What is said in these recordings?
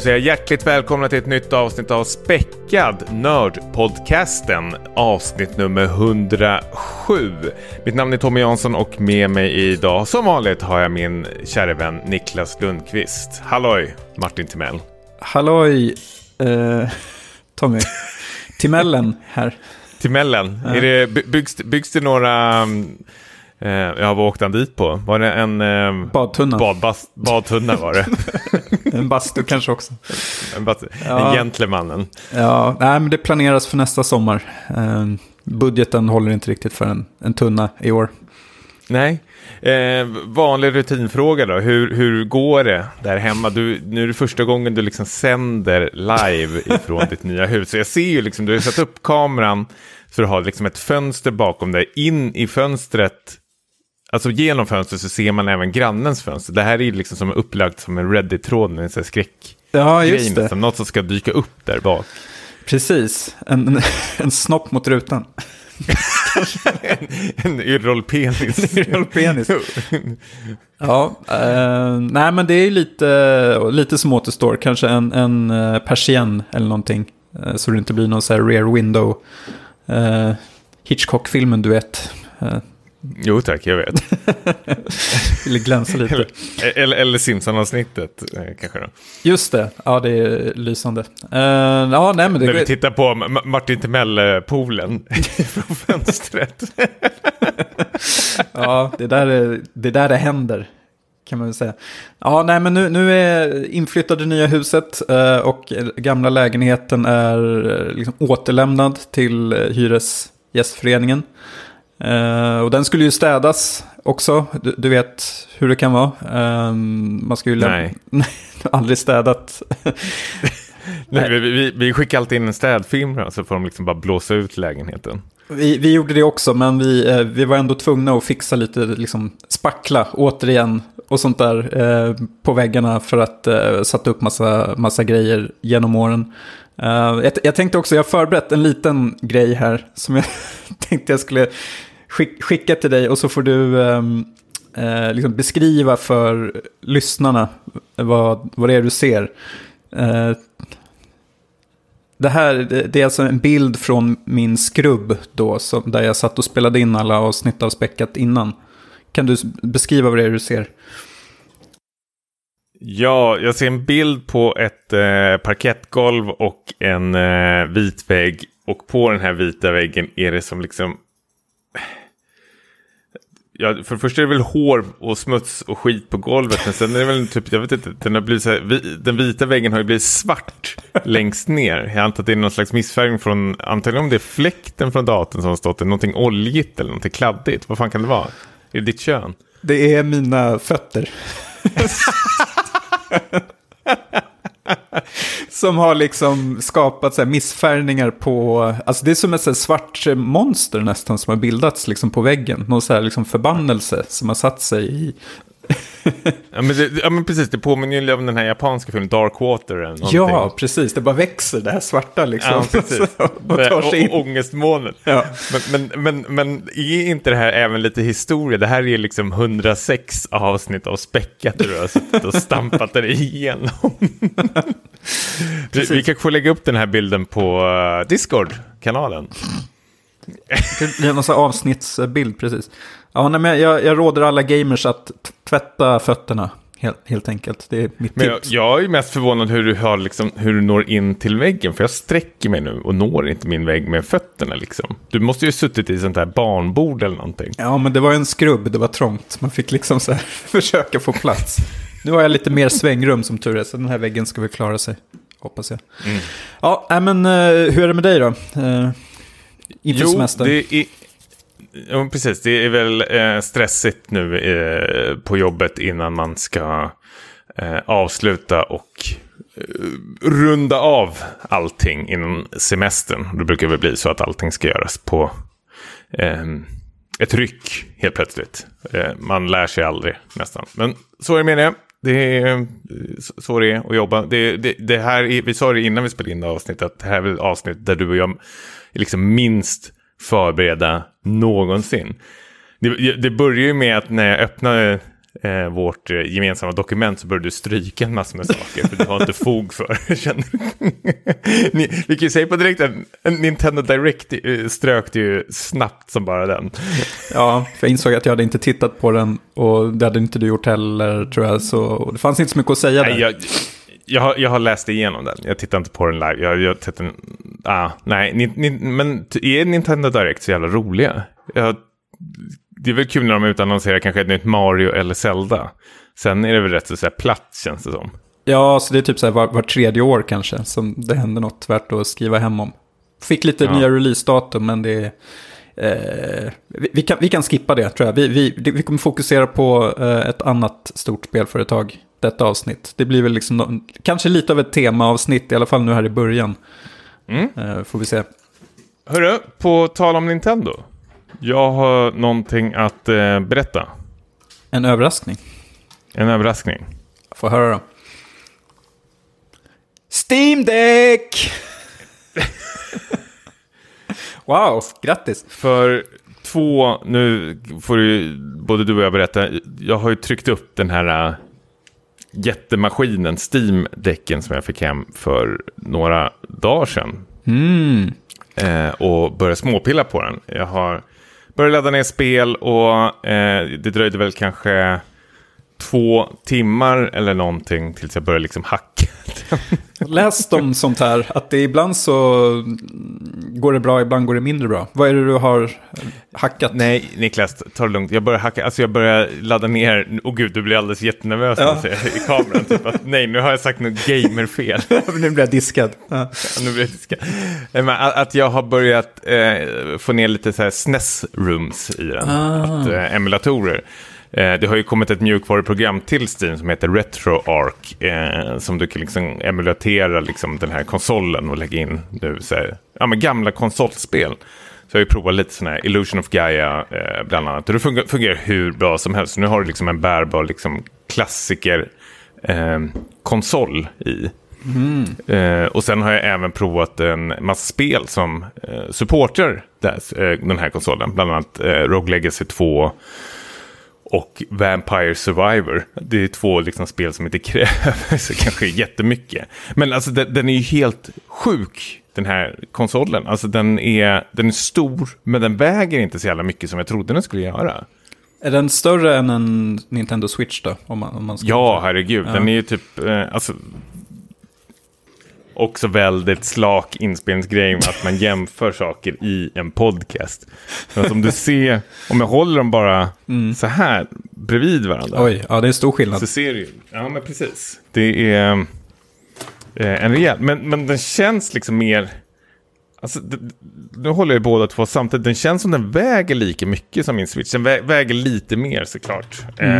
säga hjärtligt välkomna till ett nytt avsnitt av Späckad Nördpodcasten, avsnitt nummer 107. Mitt namn är Tommy Jansson och med mig idag som vanligt har jag min kära vän Niklas Lundqvist. Halloj, Martin Timell. Halloj, Tommy. Timellen här. Timellen, är det, byggs det några... vad åkte han dit på? Var det en... badtunna. Badtunna var det. En bastu kanske också. En gentlemannen. Ja, nej, men det planeras för nästa sommar. Budgeten håller inte riktigt för en tunna i år. Nej. Vanlig rutinfråga då. Hur går det där hemma? Nu är det första gången du liksom sänder live ifrån ditt nya hus. Så jag ser ju liksom, du har satt upp kameran så du har liksom ett fönster bakom dig. In i fönstret, alltså genom fönstret så ser man även grannens fönster. Det här är liksom som upplagt som en Reddit-tråd, en sån här skräck. Ja, just det. Som något som ska dyka upp där bak. Precis, en snopp mot rutan. en yrrolpenis. Ja, nej men det är lite som återstår. Kanske en persienn eller någonting. Så det inte blir någon så här rear window Hitchcock-filmen, du vet. Jo tack, jag vet. Vill glänsa lite. eller Simpson-avsnittet kanske då. Just det, ja det är lysande. Ja, nej, men det... När vi tittar på Martin Timell-poolen från fönstret. Ja, det där det händer, kan man väl säga. Ja, nej, men nu är inflyttade nya huset och gamla lägenheten är liksom återlämnad till hyresgästföreningen. Och den skulle ju städas också. Du vet hur det kan vara. Man ska ju Nej, aldrig städat. Nej, vi skickar alltid in en städfilm så får de liksom bara blåsa ut lägenheten. Vi gjorde det också, men vi var ändå tvungna att fixa lite liksom, spackla återigen och sånt där på väggarna för att sätta upp massa grejer genom åren. Jag tänkte också, jag har förberett en liten grej här som jag tänkte jag skulle skicka till dig, och så får du liksom beskriva för lyssnarna vad det är du ser. Det är alltså en bild från min skrubb då, där jag satt och spelade in alla avsnitt av Späckat innan. Kan du beskriva vad det är du ser? Ja, jag ser en bild på ett parkettgolv och en vit vägg. Och på den här vita väggen är det som liksom... Ja, för det första är det väl hår och smuts och skit på golvet. Men sen är det väl typ, jag vet inte, den har blivit så här, den vita väggen har ju blivit svart längst ner. Jag antar att det är någon slags missfärgning från, antagligen om det är fläkten från datorn som har stått, eller någonting oljigt eller någonting kladdigt. Vad fan kan det vara? Är det ditt kön? Det är mina fötter. Som har liksom skapat så här missfärgningar på... Alltså det är som ett så här svart monster nästan som har bildats liksom på väggen. Någon så här liksom förbannelse som har satt sig i... ja, men precis, det påminner ju om den här japanska filmen Dark Water eller någonting. Ja, precis, det bara växer det här svarta liksom. Ja, precis. och tar sig in. Ångestmånen. Ja. Men är inte det här även lite historia? Det här är liksom 106 avsnitt av Späckat du har suttit och stampat det igenom. Vi kanske får lägga upp den här bilden på Discord-kanalen. Det är en massa avsnittsbild, precis. Ja, nej, men jag råder alla gamers att tvätta fötterna, helt enkelt. Det är mitt tips. Jag är mest förvånad hur du når in till väggen. För jag sträcker mig nu och når inte min vägg med fötterna liksom. Du måste ju ha suttit i sånt här barnbord eller någonting. Ja, men det var en skrubb, det var trångt. Man fick liksom så här försöka få plats. Nu har jag lite mer svängrum som tur är, så den här väggen ska väl klara sig, hoppas jag. Mm. Ja, men hur är det med dig då? Inför semester? Ja, precis. Det är väl stressigt nu på jobbet innan man ska avsluta och runda av allting innan semestern. Det brukar väl bli så att allting ska göras på ett ryck helt plötsligt. Man lär sig aldrig nästan. Men så är det med det. Det är så det är att jobba. Det här vi sa det innan vi spelade in avsnittet, att det här är väl avsnitt där du och jag är liksom minst förbereda någonsin. Det börjar ju med att när jag öppnade vårt gemensamma dokument så började du stryka en massa med saker för du har inte fog för. Vi kan ju säga på direkt att Nintendo Direct strök ju snabbt som bara den. Ja, för jag insåg att jag hade inte tittat på den och det hade inte du gjort heller, tror jag. Så det fanns inte så mycket att säga där. Jag har läst igenom den. Jag tittar inte på den live. Jag har sett den. Nej, men är Nintendo Direct så jävla roliga? Det är väl kul när de utannonserar kanske ett nytt Mario eller Zelda. Sen är det väl rätt så säga platt, känns det som. Ja, så det är typ så här var tredje år kanske som det händer något värt att skriva hem om. Fick lite nya release-datum, men det vi kan skippa det, tror jag. Vi kommer fokusera på ett annat stort spelföretag detta avsnitt. Det blir väl liksom kanske lite av ett temaavsnitt, i alla fall nu här i början. Får vi se. Hörru, på tal om Nintendo. Jag har någonting att berätta. En överraskning. En överraskning. Får höra då. Steam Deck! Wow, grattis. För nu får ju både du och jag berätta. Jag har ju tryckt upp den här jättemaskinen, Steam-däcken, som jag fick hem för några dagar sedan. Och började småpilla på den. Jag har börjat ladda ner spel och det dröjde väl kanske 2 timmar eller någonting tills jag började liksom hacka. Läst om sånt här, att det ibland så går det bra, ibland går det mindre bra. Vad är det du har hackat? Nej, Niklas, ta det lugnt. Jag börjar hacka, alltså jag börjar ladda ner. Gud, du blir alldeles jättenervös i kameran. Typ att, nej, nu har jag sagt något gamerfel. Nu blir jag diskad. Ja, nu blir jag diskad. Men att jag har börjat få ner lite så här SNES-rooms i den. Emulatorer. Det har ju kommit ett mjukvaruprogram till Steam som heter RetroArch, som du kan liksom emulatera liksom den här konsolen och lägga in nu så här, men gamla konsolspel. Så jag har ju provat lite sån här Illusion of Gaia bland annat. Och det fungerar hur bra som helst. Så nu har du liksom en bärbar liksom klassiker konsol i. Och sen har jag även provat en massa spel som supportar den här konsolen. Bland annat Rogue Legacy 2 och Vampire Survivor. Det är 2 liksom spel som inte kräver så kanske jättemycket. Men alltså den är ju helt sjuk, den här konsolen. Alltså den är stor, men den väger inte så jävla mycket som jag trodde den skulle göra. Är den större än en Nintendo Switch då? Om man ja, herregud. Ja. Den är ju typ också väldigt slak inspelningsgrej med att man jämför saker i en podcast. Så om du ser, om jag håller dem bara så här bredvid varandra. Oj, ja, det är stor skillnad. Så ser du ju. Ja, men precis. Det är en rejäl. Men den känns liksom mer. Alltså, nu håller jag båda två samtidigt. Den känns som den väger lika mycket som min Switch. Den väger lite mer såklart.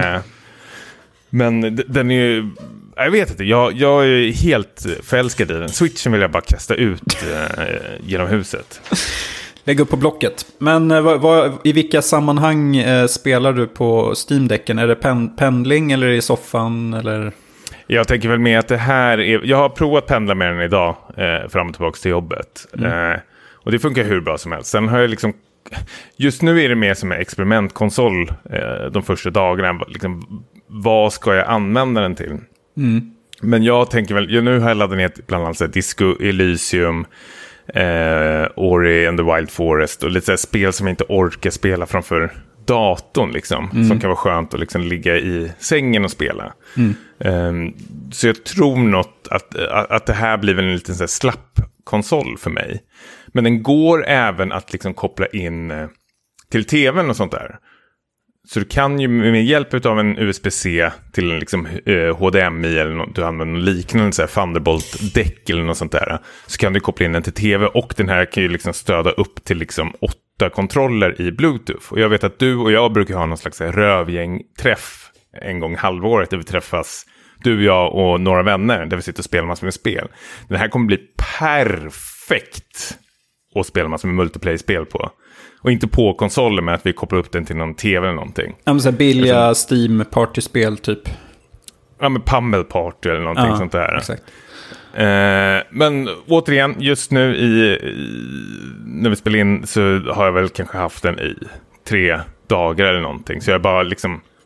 Men den är ju. Jag vet inte, jag är helt förälskad i den. Switchen vill jag bara kasta ut genom huset. Lägg upp på Blocket. Men i vilka sammanhang spelar du på Steam-däcken? Är det pendling eller i soffan? Eller? Jag tänker väl med att det här är. Jag har provat pendla med den idag fram och tillbaka till jobbet. Och det funkar hur bra som helst. Sen har jag liksom. Just nu är det mer som en experimentkonsol de första dagarna. Liksom, vad ska jag använda den till? Men jag tänker väl, nu har jag laddat ner bland annat Disco Elysium, Ori and the Wild Forest och lite så här spel som jag inte orkar spela framför datorn liksom, som kan vara skönt att liksom ligga i sängen och spela. Så jag tror något att det här blir väl en liten så här slapp konsol för mig. Men den går även att liksom koppla in till tvn och sånt där. Så du kan ju med hjälp av en USB-C till en liksom, HDMI eller något, du använder något liknande så här Thunderbolt-däck eller något sånt där, så kan du koppla in den till tv, och den här kan ju liksom stöda upp till liksom 8 kontroller i Bluetooth. Och jag vet att du och jag brukar ha någon slags rövgäng-träff en gång halvåret där vi träffas, du, jag och några vänner, där vi sitter och spelar massor med spel. Den här kommer bli perfekt att spela massor med multiplayer-spel på. Och inte på konsolen, men att vi kopplar upp den till någon tv eller någonting. Ja, men så här billiga Steam-partyspel typ. Ja, men Pummel Party eller någonting sånt där. Exakt. Men återigen, just nu när vi spelar in så har jag väl kanske haft den i 3 dagar eller någonting. Så jag har bara liksom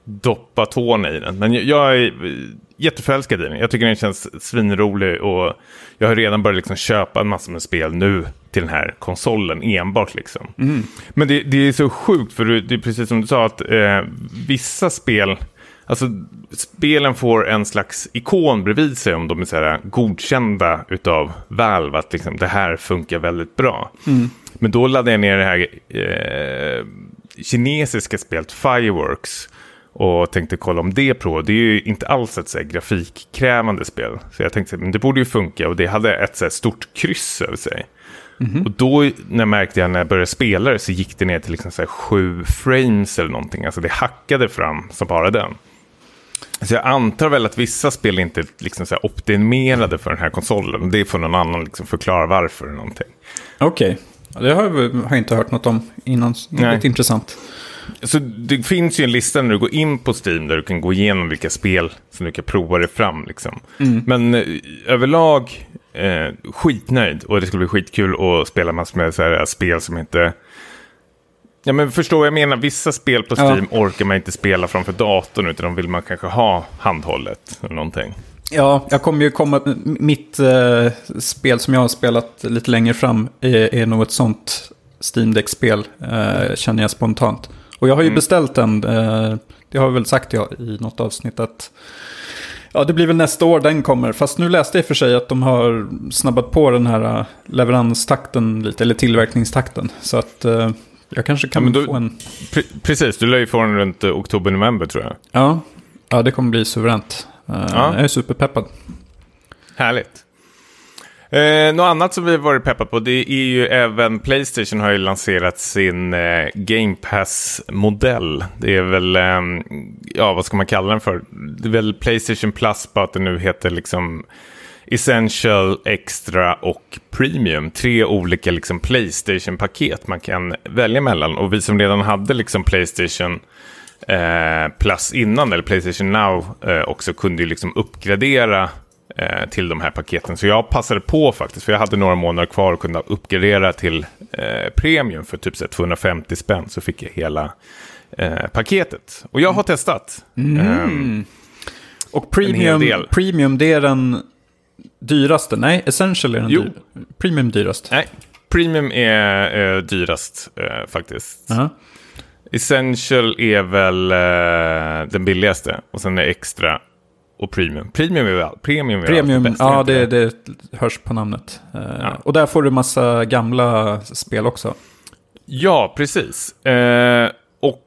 doppa tårna i den. Men jag är jätteförälskad i den. Jag tycker den känns svinrolig och jag har redan börjat liksom köpa en massa med spel nu till den här konsolen enbart liksom. Men det är så sjukt för det är precis som du sa att vissa spel, alltså spelen får en slags ikon bredvid sig om de är så här godkända utav Valve att liksom, det här funkar väldigt bra. Men då laddade jag ner det här kinesiska spelet Fireworks och tänkte kolla om det är ju inte alls ett så här grafikkrävande spel. Så jag tänkte men det borde ju funka och det hade ett så här stort kryss över sig. Och då märkte jag när jag började spela det så gick det ner till liksom så här 7 frames eller någonting. Alltså det hackade fram som bara den. Så jag antar väl att vissa spel inte är liksom så här optimerade för den här konsolen. Det får någon annan liksom förklara varför eller någonting. Okej. Det har jag inte hört något om innan. Det är lite intressant. Så det finns ju en lista när du går in på Steam där du kan gå igenom vilka spel som du kan prova dig fram liksom. Men överlag skitnöjd och det skulle bli skitkul att spela massor med så här spel som inte... Ja men förstår vad jag menar, vissa spel på Steam orkar man inte spela framför datorn utan de vill man kanske ha handhållet eller någonting. Ja, jag kommer ju komma... Mitt spel som jag har spelat lite längre fram är nog ett sånt Steam Deck-spel, känner jag spontant. Och jag har ju beställt den, det har jag väl sagt i något avsnitt att ja, det blir väl nästa år den kommer. Fast nu läste jag för sig att de har snabbat på den här leveranstakten lite, eller tillverkningstakten. Så att jag kanske kan få en... Precis, du lär ju få den runt oktober-november tror jag. Ja, det kommer bli suveränt. Jag är superpeppad. Härligt. Något annat som vi har varit peppad på, det är ju även PlayStation har ju lanserat sin Game Pass-modell. Det är väl, vad ska man kalla den för? Det är väl PlayStation Plus, bara att det nu heter liksom Essential, Extra och Premium. 3 olika liksom PlayStation-paket man kan välja mellan. Och vi som redan hade liksom PlayStation Plus innan, eller PlayStation Now, också kunde ju liksom uppgradera till de här paketen. Så jag passade på faktiskt, för jag hade några månader kvar och kunde uppgradera till Premium för typ 250 spänn, så fick jag hela paketet. Och jag har testat. Och Premium, det är den dyraste? Nej, Essential är den Premium dyrast? Nej, Premium är dyrast faktiskt. Essential är väl den billigaste, och sen är Extra och Premium. Premium ja, det hörs på namnet. Och där får du massa gamla spel också. Ja, precis. Och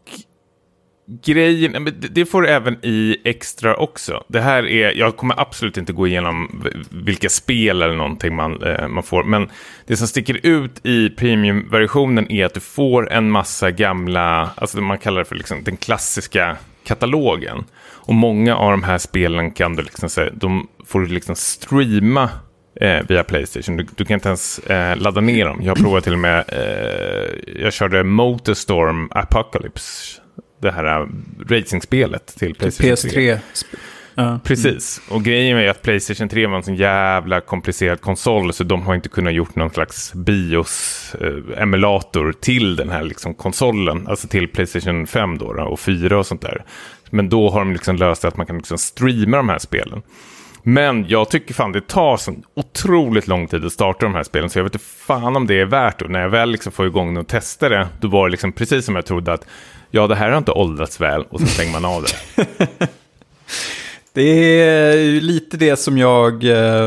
grejen, det får du även i Extra också. Det här är, jag kommer absolut inte gå igenom vilka spel eller någonting man får, men det som sticker ut i Premium-versionen är att du får en massa gamla, alltså man kallar det för liksom den klassiska katalogen. Och många av de här spelen kan du liksom säga, de får du liksom streama via PlayStation. Du kan inte ens ladda ner dem. Jag har provat till och med, jag körde Motorstorm Apocalypse, det här racingspelet till PlayStation 3. Precis. Och grejen är att PlayStation 3 var en sån jävla komplicerad konsol, så de har inte kunnat gjort någon slags BIOS-emulator till den här liksom konsolen, alltså till PlayStation 5 då, och 4 och sånt där. Men då har de liksom löst att man kan liksom streama de här spelen. Men jag tycker fan det tar så otroligt lång tid att starta de här spelen, så jag vet inte fan om det är värt det. När jag väl liksom får igång och testar det, då var det liksom precis som jag trodde att ja, det här har inte åldrats väl, och så stänger man av det. Det är ju lite det som jag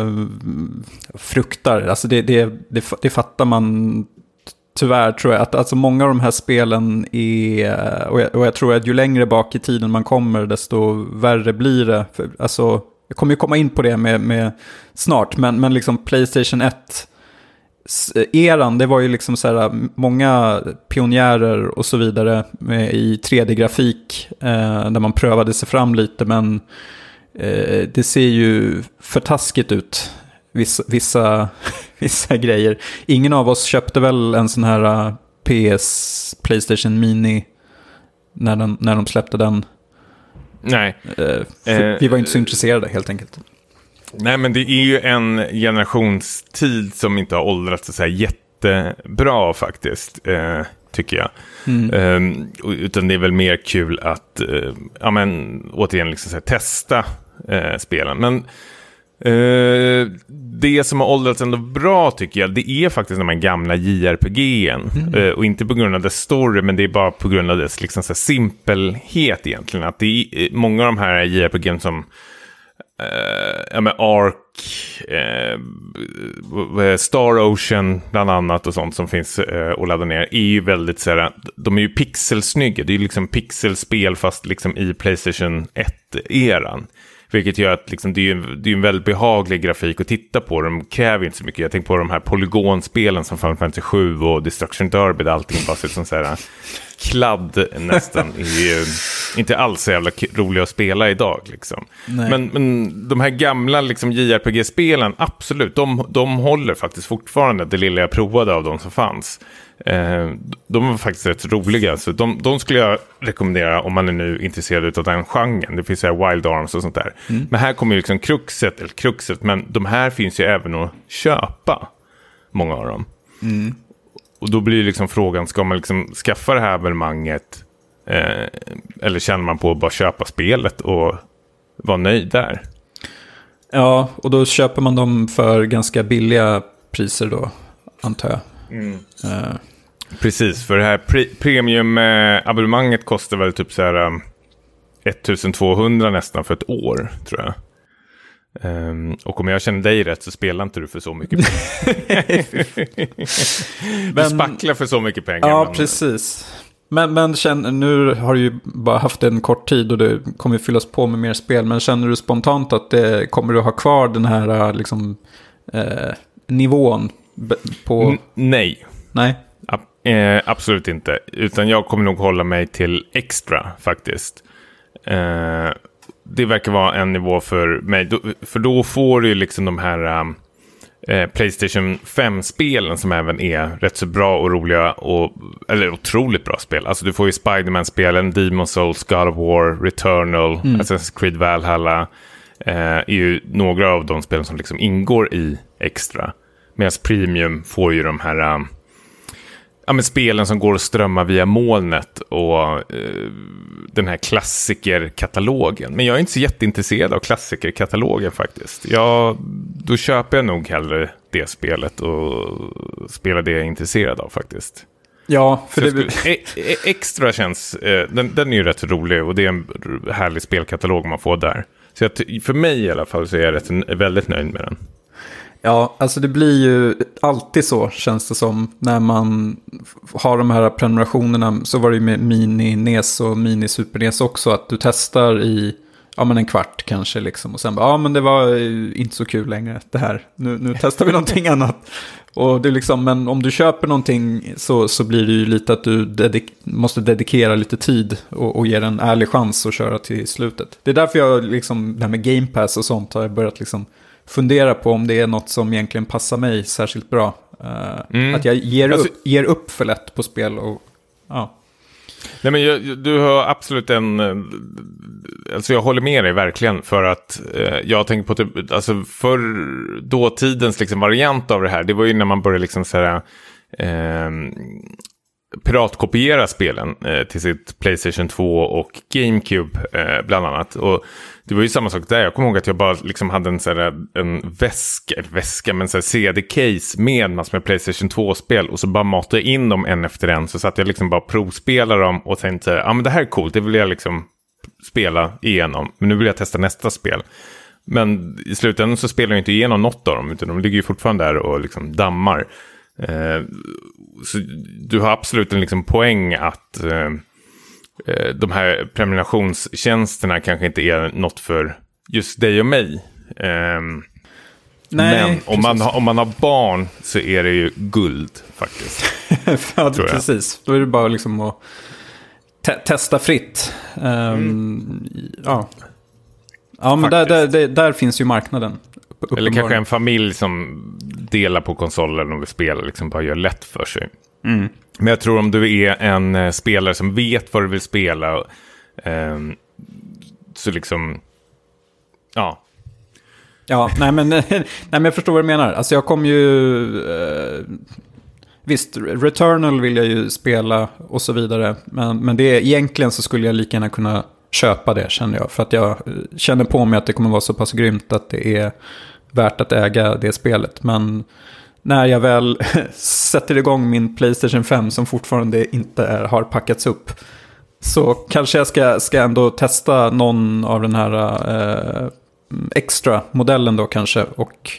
fruktar. Alltså det fattar man tyvärr, tror jag. Att alltså många av de här spelen är... Och jag tror att ju längre bak i tiden man kommer, desto värre blir det. Alltså, jag kommer ju komma in på det med snart. Men liksom PlayStation 1-eran, det var ju liksom så här, många pionjärer och så vidare i 3D-grafik. Där man prövade sig fram lite, men... det ser ju för taskigt ut, vissa grejer. Ingen av oss köpte väl en sån här PlayStation Mini när de släppte den. Nej. Vi var inte så intresserade helt enkelt. Nej, men det är ju en generationstid som inte har åldrats så här jättebra faktiskt. tycker jag. Utan det är väl mer kul att återigen liksom så här, testa spelen. Men det som har åldrats ändå bra tycker jag, det är faktiskt de här gamla JRPG:en. Och inte på grund av dess story, men det är bara på grund av dess liksom så här simpelhet egentligen. Att det är många av de här JRPG:en som Ark, Star Ocean bland annat och sånt som finns att ladda ner är ju väldigt såhär, de är ju pixelsnygga, det är ju liksom pixelspel fast liksom i PlayStation 1-eran. Vilket gör att liksom, det är en väldigt behaglig grafik att titta på. De kräver inte så mycket. Jag tänker på de här polygonspelen som Final Fantasy 7 och Destruction Derby, där allting bara ser ut som så här kladd nästan. Är ju inte alls så jävla roliga att spela idag. Liksom. Men de här gamla liksom, JRPG-spelen, absolut, de håller faktiskt fortfarande det lilla jag provade av de som fanns. De var faktiskt rätt roliga, så de skulle jag rekommendera om man är nu intresserad av den genren. Det finns ju Wild Arms och sånt där. Men här kommer ju liksom kruxet, men de här finns ju även att köpa, många av dem. Och då blir liksom frågan, ska man liksom skaffa det här abonnemanget eller känner man på att bara köpa spelet och vara nöjd där? Ja, och då köper man dem för ganska billiga priser då, antar jag. Precis, för det här premium-abonnemanget kostar väl typ så här 1200 nästan för ett år, tror jag. Och om jag känner dig rätt så spelar inte du för så mycket pengar. Du spacklar för så mycket pengar. Ja, precis. Men nu har du ju bara haft en kort tid och det kommer fyllas på med mer spel. Men känner du spontant att det kommer du ha kvar den här liksom, nivån på... Nej. Absolut inte. Utan jag kommer nog hålla mig till extra faktiskt. Det verkar vara en nivå för mig. För då får du liksom de här PlayStation 5-spelen som även är rätt så bra och roliga. Eller otroligt bra spel. Alltså du får ju Spider-Man-spelen, Demon's Souls, God of War, Returnal, Assassin's Creed Valhalla. Är ju några av de spelen som liksom ingår i extra. Medan Premium får ju de här spelen som går att strömma via molnet och den här klassikerkatalogen. Men jag är inte så jätteintresserad av klassikerkatalogen faktiskt. Då köper jag nog hellre det spelet och spelar det jag är intresserad av faktiskt. Ja, för det... extra känns... Den är ju rätt rolig och det är en härlig spelkatalog man får där. Så för mig i alla fall så är jag väldigt nöjd med den. Ja, alltså det blir ju alltid så, känns det som, när man har de här prenumerationerna. Så var det ju med mini-NES och mini-Super-NES också, att du testar i en kvart kanske liksom, och sen bara, men det var inte så kul längre det här, nu testar vi någonting annat. Och det är liksom, men om du köper någonting så blir det ju lite att du måste dedikera lite tid och ge en ärlig chans att köra till slutet. Det är därför jag liksom, det här med Game Pass och sånt har jag börjat liksom fundera på om det är något som egentligen passar mig särskilt bra. Att jag ger upp för lätt på spel. Och, ja. Nej, men du har absolut alltså jag håller med dig verkligen, för att jag tänker på typ, alltså för dåtidens liksom variant av det här, det var ju när man började liksom såhär piratkopiera spelen till sitt PlayStation 2 och GameCube bland annat. Och det var ju samma sak där. Jag kommer ihåg att jag bara liksom hade en väska men så CD-case med massor med PlayStation 2-spel, och så bara matade jag in dem en efter en. Så satt jag liksom bara provspelade dem och tänkte, men det här är coolt, det vill jag liksom spela igenom. Men nu vill jag testa nästa spel. Men i slutändan så spelar jag inte igenom något av dem, utan de ligger ju fortfarande där och liksom dammar. Så du har absolut en liksom poäng att de här prenumerationstjänsterna kanske inte är något för just dig och mig. Nej, men om man har barn så är det ju guld faktiskt. Ja, precis. Då är det bara liksom att testa fritt. Ja, men där finns ju marknaden. Eller kanske en familj som delar på konsolen och vill spela, liksom bara gör lätt för sig. Men jag tror om du är en spelare som vet vad du vill spela, så liksom nej men jag förstår vad du menar. Alltså jag kom ju visst, Returnal vill jag ju spela och så vidare. Men det är, egentligen så skulle jag lika gärna kunna köpa det, känner jag. För att jag känner på mig att det kommer vara så pass grymt att det är värt att äga det spelet. Men när jag väl sätter igång min PlayStation 5 som fortfarande inte har packats upp, så kanske jag ska ändå testa någon av den här extra modellen då kanske och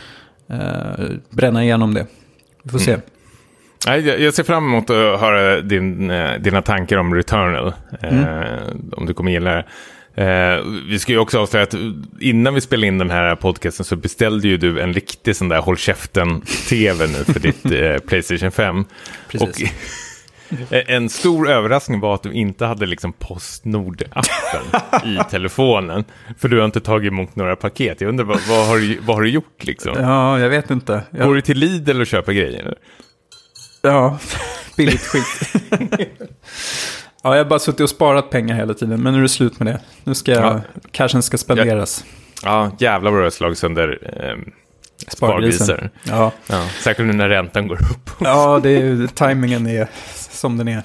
bränna igenom det. Vi får se. Jag ser fram emot att höra dina tankar om Returnal. Om du kommer gilla det. Vi ska ju också avslöja att innan vi spelade in den här podcasten så beställde ju du en riktig sån där håll käften-tv nu för ditt PlayStation 5. Precis. Och en stor överraskning var att du inte hade liksom Postnord-appen i telefonen. För du har inte tagit emot några paket. Jag undrar, vad har du gjort liksom? Ja, jag vet inte. Går du till Lidl och köper grejer? Eller? Ja, billigt skit. Ja, jag har bara suttit och sparat pengar hela tiden. Men nu är det slut med det. Nu ska cashen ska spenderas. Ja, jävlar vad du har slagit sönder spargrisar. Ja. Särskilt nu när räntan går upp. Ja, tajmingen är som den är.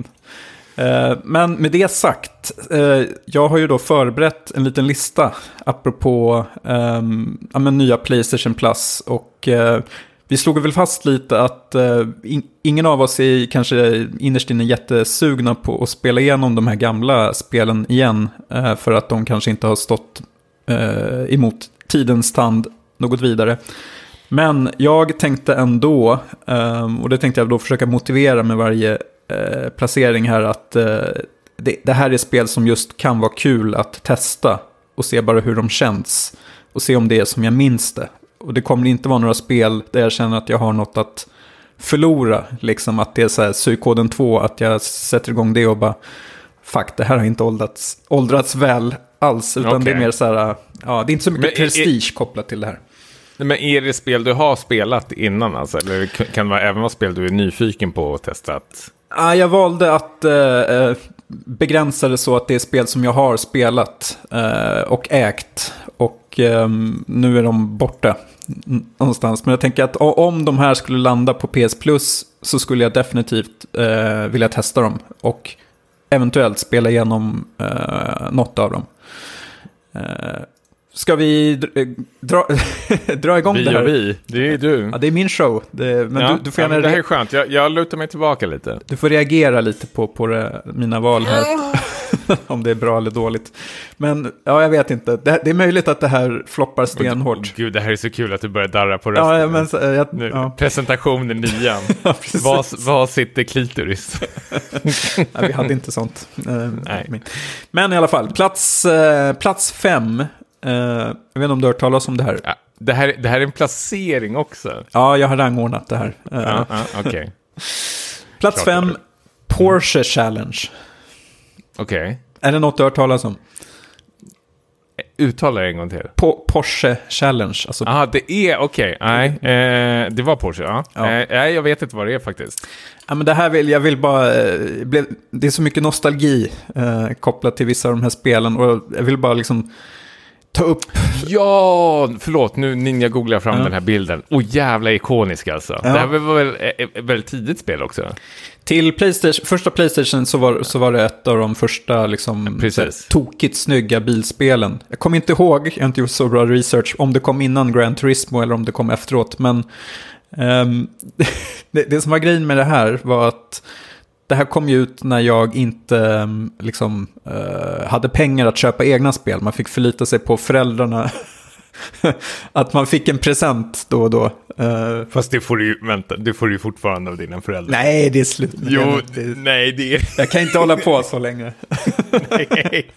Men med det sagt, jag har ju då förberett en liten lista apropå nya PlayStation Plus. Och vi slog väl fast lite att ingen av oss är kanske innerst inne jättesugna på att spela igenom de här gamla spelen igen. För att de kanske inte har stått emot tidens tand något vidare. Men jag tänkte ändå, och det tänkte jag då försöka motivera med varje placering här, att det här är spel som just kan vara kul att testa och se bara hur de känns och se om det är som jag minns det. Och det kommer inte vara några spel där jag känner att jag har något att förlora, liksom att det är så här Suikoden 2, att jag sätter igång det och bara fuck, det här har inte åldrats väl alls, utan det är mer så här, ja, det är inte så mycket prestige kopplat till det här. Men är det spel du har spelat innan alltså? Eller kan det även vara spel du är nyfiken på och testat? Jag valde att begränsa det så att det är spel som jag har spelat och ägt. Och nu är de borta någonstans. Men jag tänker att om de här skulle landa på PS Plus så skulle jag definitivt vilja testa dem. Och eventuellt spela igenom något av dem. Ska vi dra igång det här? Det är du. Ja, det är min show. Du får gärna det här är skönt. Jag lutar mig tillbaka lite. Du får reagera lite på mina val här. Om det är bra eller dåligt. Men ja, jag vet inte. Det är möjligt att det här floppar stenhårt. Gud, det här är så kul att du börjar darra på rösten. Presentationen 9. Vad sitter klitoris? Vi hade inte sånt. Nej. Men i alla fall, plats 5. Jag vet inte om du har hört talas om det här. Ja, det här är en placering också. Ja, jag har rangordnat det här. Okay. Plats 5, Porsche Challenge. Okej. Okay. Är det något du har hört talas om? Uttala det en gång till. Porsche Challenge. Alltså. Det är okej. Nej, det var Porsche. Ja. Nej, jag vet inte vad det är faktiskt. Ja, men det här jag vill bara... det är så mycket nostalgi kopplat till vissa av de här spelen. Och jag vill bara liksom ta upp... Ja, förlåt. Nu ninja googlar fram den här bilden. Jävla ikonisk alltså. Ja. Det här var väl ett väldigt tidigt spel också. Till första PlayStation så var det ett av de första liksom, tokigt snygga bilspelen. Jag kommer inte ihåg, jag har inte gjort så bra research, om det kom innan Gran Turismo eller om det kom efteråt. Men det som var grejen med det här var att det här kom ju ut när jag inte liksom, hade pengar att köpa egna spel. Man fick förlita sig på föräldrarna. Att man fick en present då och då. Fast det får du ju fortfarande av dina föräldrar. Nej, det är slut. Nej, det är... Jag kan inte hålla på så länge. Nej.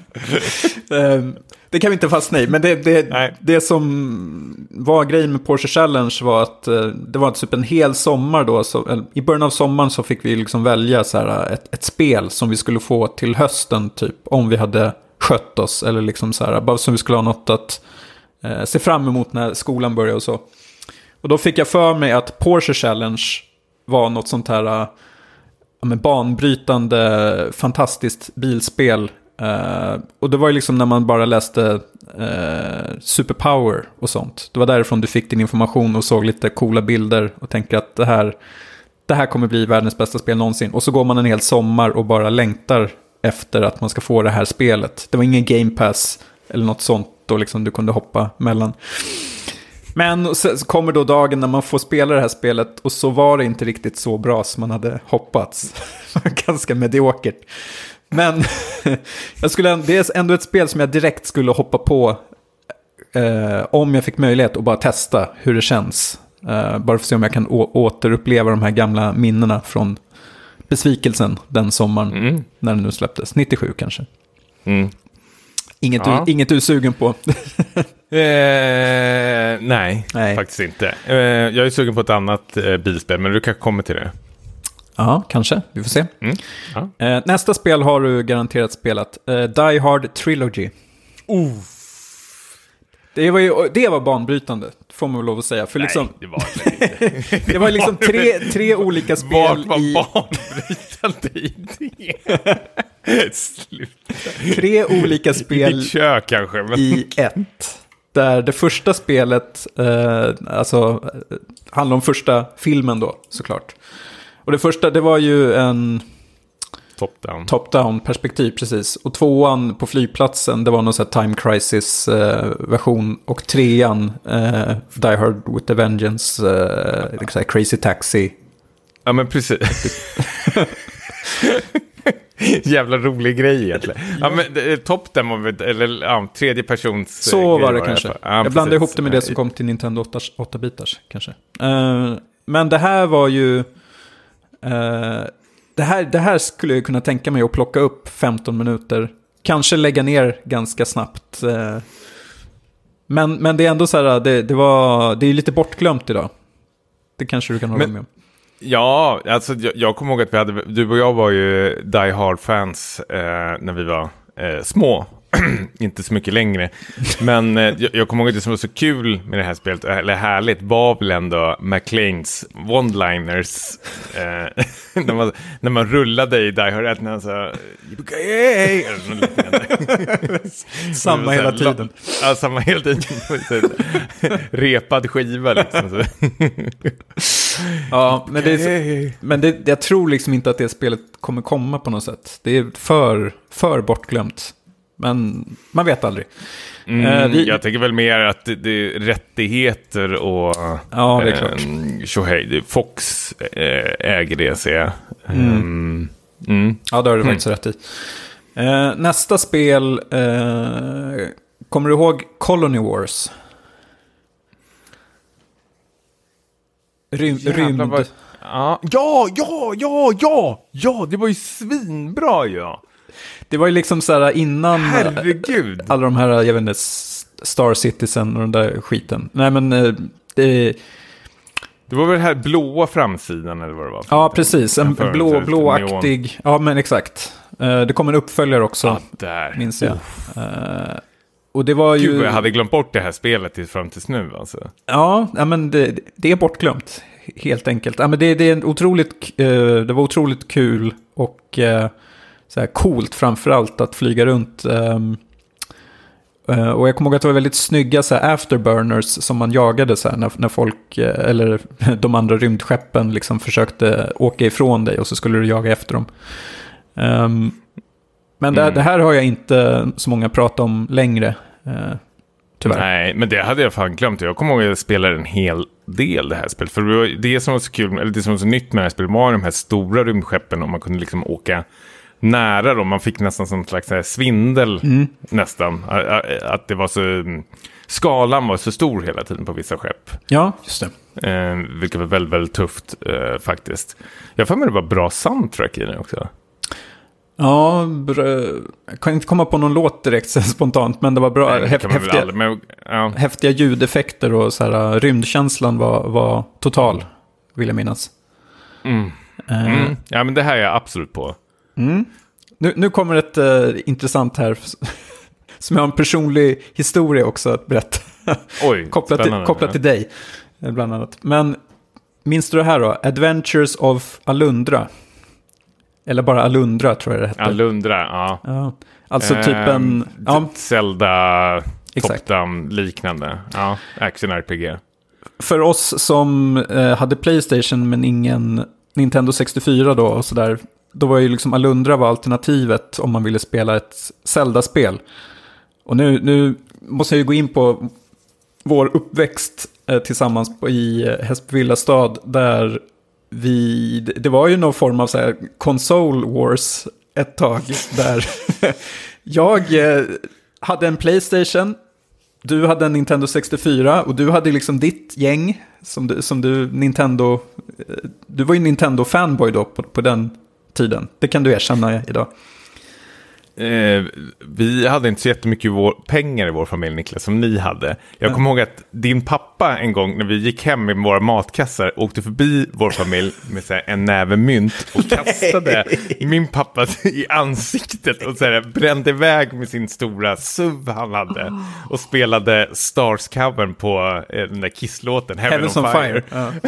Det kan vi inte fastna i. Men det som var grejen med Porsche Challenge var att det var typ en hel sommar då. I början av sommaren så fick vi liksom välja så här, ett spel som vi skulle få till hösten typ. Om vi hade skött oss. Eller liksom så här, bara som vi skulle ha något att se fram emot när skolan börjar och så. Och då fick jag för mig att Porsche Challenge var något sånt här banbrytande, fantastiskt bilspel. Och det var ju liksom när man bara läste Superpower och sånt. Det var därifrån du fick din information och såg lite coola bilder och tänkte att det det här kommer bli världens bästa spel någonsin. Och så går man en hel sommar och bara längtar efter att man ska få det här spelet. Det var ingen Game Pass eller något sånt då liksom du kunde hoppa mellan. Men så kommer då dagen när man får spela det här spelet och så var det inte riktigt så bra som man hade hoppats. Ganska mediokert. Men det är ändå ett spel som jag direkt skulle hoppa på om jag fick möjlighet att bara testa hur det känns. Bara för att se om jag kan återuppleva de här gamla minnena från besvikelsen den sommaren när den nu släpptes. 97 kanske. Inget du är sugen på? Nej, faktiskt inte. Jag är sugen på ett annat bilspel, men du kanske kommer till det. Ja, kanske. Vi får se. Nästa spel har du garanterat spelat. Die Hard Trilogy. Det var banbrytande, får man väl lov att säga. För liksom, det var det. Det var liksom tre olika spel Vart var banbrytande i det? Sluta. 3 olika spel i ditt kök, kanske, men... i ett. Där det första spelet handlar om första filmen då, såklart. Och det första, det var ju en... Top-down perspektiv, precis. Och 2:an på flygplatsen, det var någon sån här Time Crisis-version. Och 3:an, Die Hard with a Vengeance, Crazy Taxi. Ja, men precis. Jävla rolig grej egentligen. Ja, men Top-down var väl, eller tredje persons... Så var det kanske. Jag blandade ihop det med det som kom till Nintendo 8-bitars, kanske. Men det här var ju... Det här skulle jag kunna tänka mig att plocka upp 15 minuter. Kanske lägga ner ganska snabbt. Men det är ändå så här, det är lite bortglömt idag. Det kanske du kan hålla med om. Ja, alltså jag kommer ihåg att du och jag var ju Die Hard-fans när vi var små. Inte så mycket längre. Men jag kommer ihåg att det som var så kul med det här spelet, eller härligt, var väl ändå McClanes one-liners. När man rullade i Die Hard, när han sa samma hela tiden. Ja, samma hela tiden. Repad skiva liksom. Ja, men jag tror liksom inte att det spelet kommer komma på något sätt. Det är för bortglömt. Men man vet aldrig. Jag tänker väl mer att det är rättigheter och... Ja, det är klart. Shohei, Fox äger det, ser jag. Ja, det har du faktiskt rätt i. Nästa spel... kommer du ihåg Colony Wars? Rymd... Ja, det var ju svinbra, ja. Det var ju liksom så här innan... Herregud. Alla de här, jag vet inte, Star Citizen och den där skiten. Nej, men det var väl den här blåa framsidan eller vad det var? Ja, precis. En blåaktig... Ja, men exakt. Det kom en uppföljare också, minns jag. Och det var ju... Gud, jag hade glömt bort det här spelet fram tills nu, alltså. Ja, men det är bortglömt, helt enkelt. Ja, men det var otroligt kul och... så här coolt framförallt att flyga runt. Och jag kommer ihåg att det var väldigt snygga så här afterburners som man jagade så här, när folk, eller de andra rymdskeppen liksom försökte åka ifrån dig och så skulle du jaga efter dem. Men det här har jag inte så många pratat om längre, tyvärr. Nej, men det hade jag fan glömt. Jag kommer ihåg att jag spelade en hel del det här spelet. För det som var så kul, eller det som var så nytt med det här spelet var de här stora rymdskeppen och man kunde liksom åka nära dem. Man fick nästan som en slags svindel nästan. Att det var så... Skalan var så stor hela tiden på vissa skepp. Ja, just det. Vilket var väldigt, väldigt tufft faktiskt. Jag får med det var bra soundtrack i den också. Ja, jag kan inte komma på någon låt direkt spontant, men det var bra. Häftiga ljudeffekter och så här, rymdkänslan var total, vill jag minnas. Ja, men det här är jag absolut på. Nu kommer ett intressant här som jag har en personlig historia också att berätta. Oj, kopplat till dig bland annat. Men minns du det här då? Adventures of Alundra. Eller bara Alundra tror jag det heter. Alundra, ja. Alltså typ en... Zelda top-down liknande. Action-RPG. För oss som hade PlayStation men ingen Nintendo 64 då och sådär. Då var ju liksom Alundra var alternativet om man ville spela ett Zelda-spel. Och nu måste jag ju gå in på vår uppväxt tillsammans i Hästvillastad där det var ju någon form av så här console wars ett tag där jag hade en PlayStation, du hade en Nintendo 64 och du hade liksom ditt gäng som du Nintendo, du var ju Nintendo fanboy då på den tiden. Det kan du erkänna idag. Vi hade inte så jättemycket pengar i vår familj, Niklas, som ni hade. Jag kommer ihåg att din pappa en gång när vi gick hem med våra matkassar åkte förbi vår familj med så här, en näve mynt och kastade min pappa i ansiktet och så här, brände iväg med sin stora SUV han hade och spelade Stars-covern på den där Kiss-låten Heaven on Fire.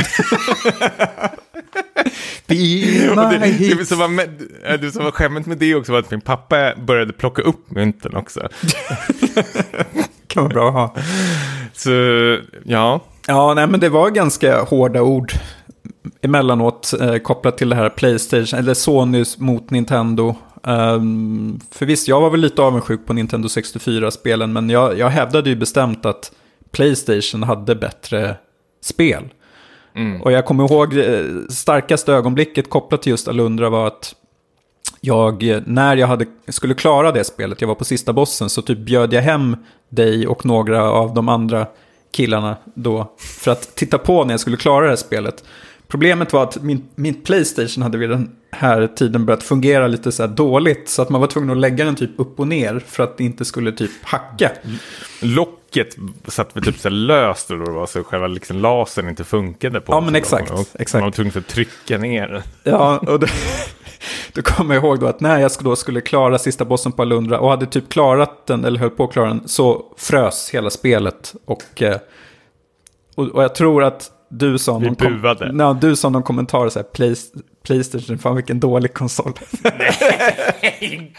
Det som var skämmet med det också var att min pappa började plocka upp mynten också. Kan vara bra att ha. Så, ja. Ja, nej men det var ganska hårda ord emellanåt kopplat till det här PlayStation, eller Sony mot Nintendo. För visst, jag var väl lite avundsjuk på Nintendo 64-spelen, men jag hävdade ju bestämt att PlayStation hade bättre spel. Mm. Och jag kommer ihåg starkaste ögonblicket kopplat till just Alundra var att när jag skulle klara det spelet, jag var på sista bossen, så typ bjöd jag hem dig och några av de andra killarna då för att titta på när jag skulle klara det här spelet. Problemet var att min PlayStation hade vid den här tiden börjat fungera lite så här dåligt, så att man var tvungen att lägga den typ upp och ner för att det inte skulle typ hacka. Locket satt vi typ så här löst och då var så själva liksom lasern inte funkade på. Ja, men exakt. Man var tvungen att trycka ner. Ja, och då kommer jag ihåg då att när jag skulle klara sista bossen på Alundra och hade typ klarat den, eller höll på att klara den, så frös hela spelet. Och jag tror att du sa någon kommentar så här, PlayStation, fan vilken dålig konsol. Nej.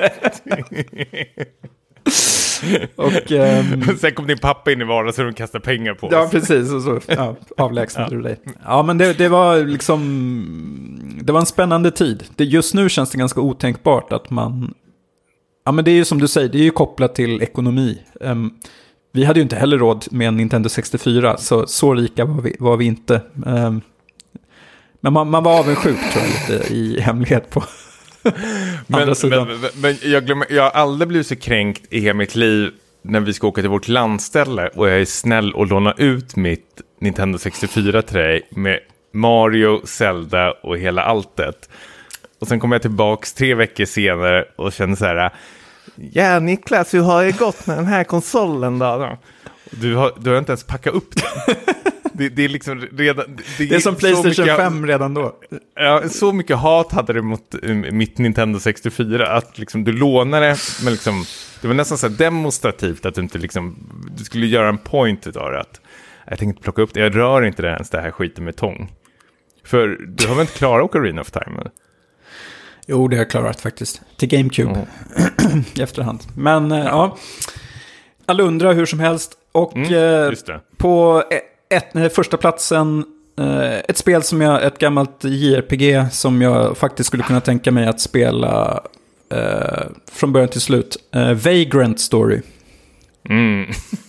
Och sen kom din pappa in i vardagsrummet och kastade pengar på oss. Ja, precis. Och så avlägsnade du dig. Ja, men det var liksom, det var en spännande tid. Just nu känns det ganska otänkbart att man, ja men det är ju som du säger, det är ju kopplat till ekonomi. Vi hade ju inte heller råd med en Nintendo 64, så rika var vi inte. Men man var avundsjuk, tror jag, lite i hemlighet på andra sidan. Men jag har aldrig blivit så kränkt i hela mitt liv när vi ska åka till vårt landställe och jag är snäll och låna ut mitt Nintendo 64 till dig med Mario, Zelda och hela alltet. Och sen kommer jag tillbaks 3 veckor senare och känner så här: ja, Niklas, hur har det gått med den här konsolen då? Du har inte ens packat upp den. Det är liksom redan... Det är som PlayStation 5 redan då. Ja, så mycket hat hade det mot mitt Nintendo 64 att liksom du lånade, men liksom det var nästan så här demonstrativt att du inte liksom, du skulle göra en point utav det, att jag tänkte inte plocka upp det, jag rör inte det ens, det här skiten med tång. För du har väl inte klarat Ocarina of Time? Eller? Jo, det har jag klarat faktiskt. Till GameCube. I efterhand. Men ja, Alundra hur som helst. Och just det. På första platsen ett spel som ett gammalt JRPG som jag faktiskt skulle kunna tänka mig att spela från början till slut. Vagrant Story. Mm.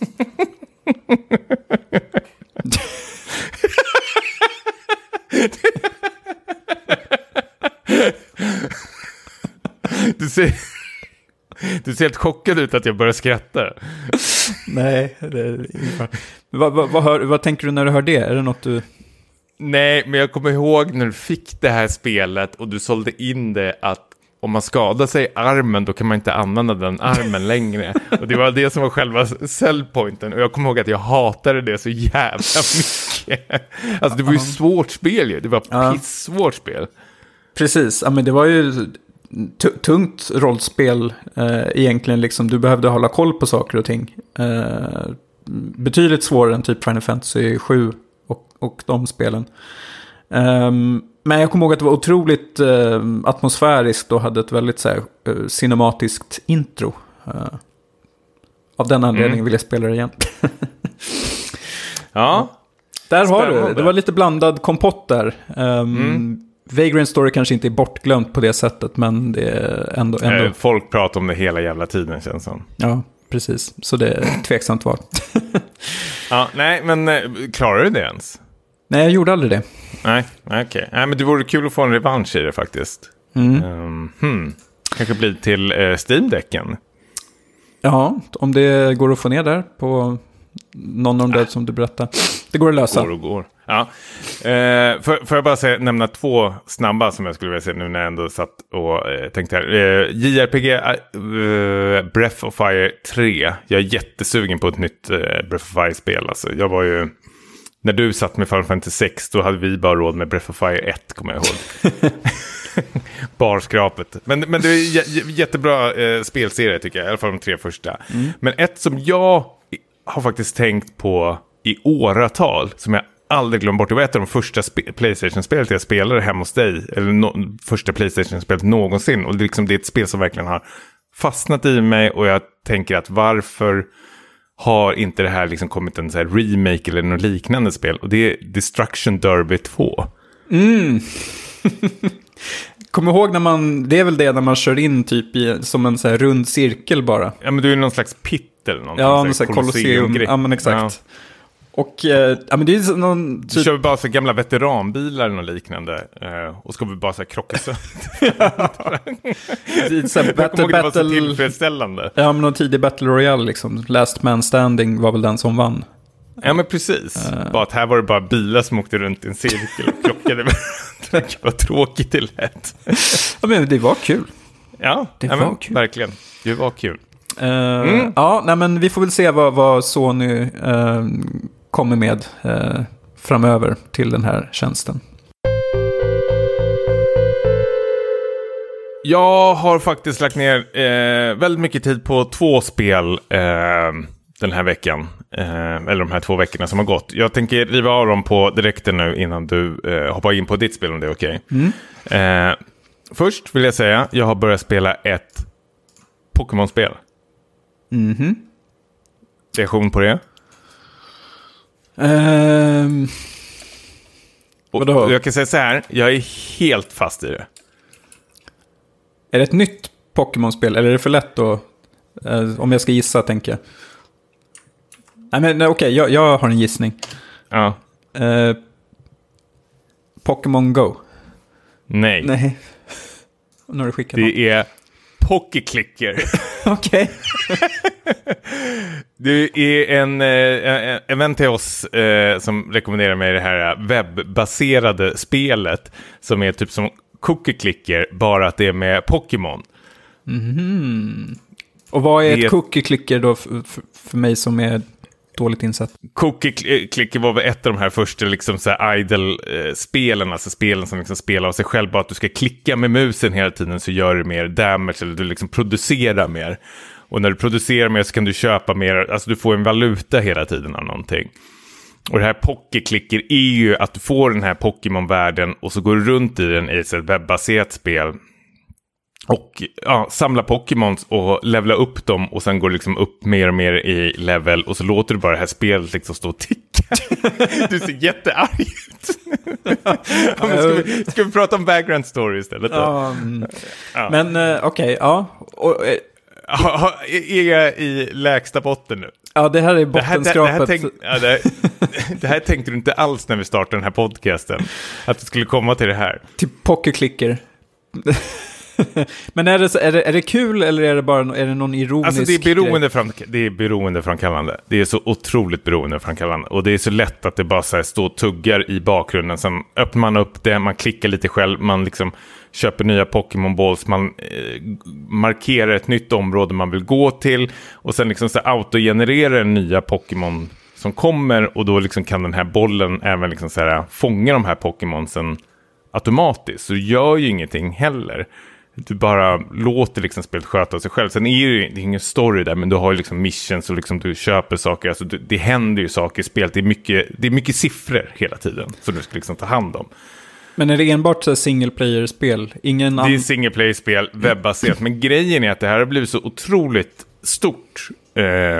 Du ser helt chockad ut att jag börjar skratta. Nej, det är vad tänker du när du hör det? Är det något du... Nej, men jag kommer ihåg när du fick det här spelet och du sålde in det att om man skadar sig i armen då kan man inte använda den armen längre. Och det var det som var själva sellpointen. Och jag kommer ihåg att jag hatade det så jävla mycket. Alltså det var ju svårt spel ju. Det var pissvårt spel. Precis, ja, men det var ju tungt rollspel egentligen. Liksom. Du behövde hålla koll på saker och ting. Betydligt svårare än typ Final Fantasy 7 och de spelen. Men jag kommer ihåg att det var otroligt atmosfäriskt och hade ett väldigt så här, cinematiskt intro. Av den anledningen vill jag spela det igen. Ja. Där har du. Det var lite blandad kompott där. Vagrant Story kanske inte är bortglömt på det sättet, men det är ändå... Folk pratar om det hela jävla tiden, känns som. Ja, precis. Så det är tveksamt val. Ja, nej, men klarar du det ens? Nej, jag gjorde aldrig det. Nej, okej. Nej, men det vore kul att få en revansch i det faktiskt. Kanske blir till Steam-däcken. Ja, om det går att få ner där på någon av de där som du berättade. Det går att lösa. Går. Ja. Får jag bara nämna 2 snabba som jag skulle vilja se nu när jag ändå satt och tänkte här. JRPG Breath of Fire 3. Jag är jättesugen på ett nytt Breath of Fire-spel. Alltså, jag var ju... När du satt med Final Fantasy 6, då hade vi bara råd med Breath of Fire 1, kommer jag ihåg. Barskrapet. Men det är jättebra spelserie tycker jag. I alla fall de 3 första. Men ett som jag har faktiskt tänkt på i åratal, som jag aldrig glömt bort. Det var ett av de första PlayStation-spelet jag spelade hemma hos dig. Eller första PlayStation-spelet någonsin. Och det är ett spel som verkligen har fastnat i mig. Och jag tänker att varför har inte det här liksom kommit en så här remake eller något liknande spel? Och det är Destruction Derby 2. Kom ihåg när man, det är väl det när man kör in typ som en så här rund cirkel bara. Ja, men du är någon slags pit eller någonting. Ja, någon slags kolosseum. Ja, men exakt. Ja. Och ja, men det är någon typ... Du kör vi bara så gamla veteranbilar eller något liknande. Och ska vi bara så här krocka sönder. Battle så tillfredsställande. Ja, men någon tidig Battle Royale liksom. Last Man Standing var väl den som vann. Ja, men precis. Bara att här var det bara bilar som åkte runt i en cirkel och krockade. Det var tråkigt till lätt. Ja, men det var kul. Ja, det var kul. Verkligen. Det var kul. Ja, nej, men vi får väl se vad Sony kommer med framöver till den här tjänsten. Jag har faktiskt lagt ner väldigt mycket tid på 2 spel den här veckan. Eller de här 2 veckorna som har gått. Jag tänker riva av dem på direkten nu innan du hoppar in på ditt spel om det är okej. Först vill jag säga, jag har börjat spela ett Pokémon-spel. Reaktion på det? Och jag kan säga så här, jag är helt fast i det. Är det ett nytt Pokémon-spel eller är det för lätt då? Om jag ska gissa, tänker jag. Nej, men okej, jag har en gissning. Ja. Pokémon Go. Nej. Nu har du skickat det är Pokéclicker. Okej. Det är en vän till oss som rekommenderar mig det här webbaserade spelet som är typ som Cookie Clicker, bara att det är med Pokémon. Och vad är ett Cookie Clicker då för mig som är dåligt insatt? Cookie Clicker var väl ett av de här första liksom så här idle-spelen, alltså spelen som liksom spelar av sig själv, bara att du ska klicka med musen hela tiden så gör du mer damage, eller du liksom producerar mer. Och när du producerar mer så kan du köpa mer, alltså du får en valuta hela tiden av någonting. Och det här Pokéclicker är ju att du får den här Pokémon-världen och så går du runt i den i ett webbaserat spel. Och samla Pokémons och levla upp dem och sen går det liksom upp mer och mer i level och så låter du bara det här spelet liksom stå och ticka. Du ser jättearg ut. Ska vi prata om background story istället då? Men okej, ja. Är jag i lägsta botten nu? Ja, det här är bottenskrapet. Det här tänkte du inte alls när vi startade den här podcasten. Att det skulle komma till det här. Till Pokéclicker. Men är det kul eller är det bara någon ironisk alltså det är beroendeframkallande. Det är så otroligt beroendeframkallande. Och det är så lätt att det bara så här står och tuggar i bakgrunden. Sen öppnar man upp det, man klickar lite själv, man liksom köper nya Pokémon Balls, man markerar ett nytt område man vill gå till och sen liksom så autogenererar nya Pokémon som kommer, och då liksom kan den här bollen även liksom så här fånga de här Pokémonsen automatiskt. Så du gör ju ingenting heller. Du bara låter liksom spelet sköta sig själv. Sen är det ingen story där, men du har ju liksom missions och liksom du köper saker. Alltså det händer ju saker i spelet. Det är mycket siffror hela tiden som du ska liksom ta hand om. Men är det enbart single player-spel? Det är single player-spel, webbaserat. Men grejen är att det här har blivit så otroligt stort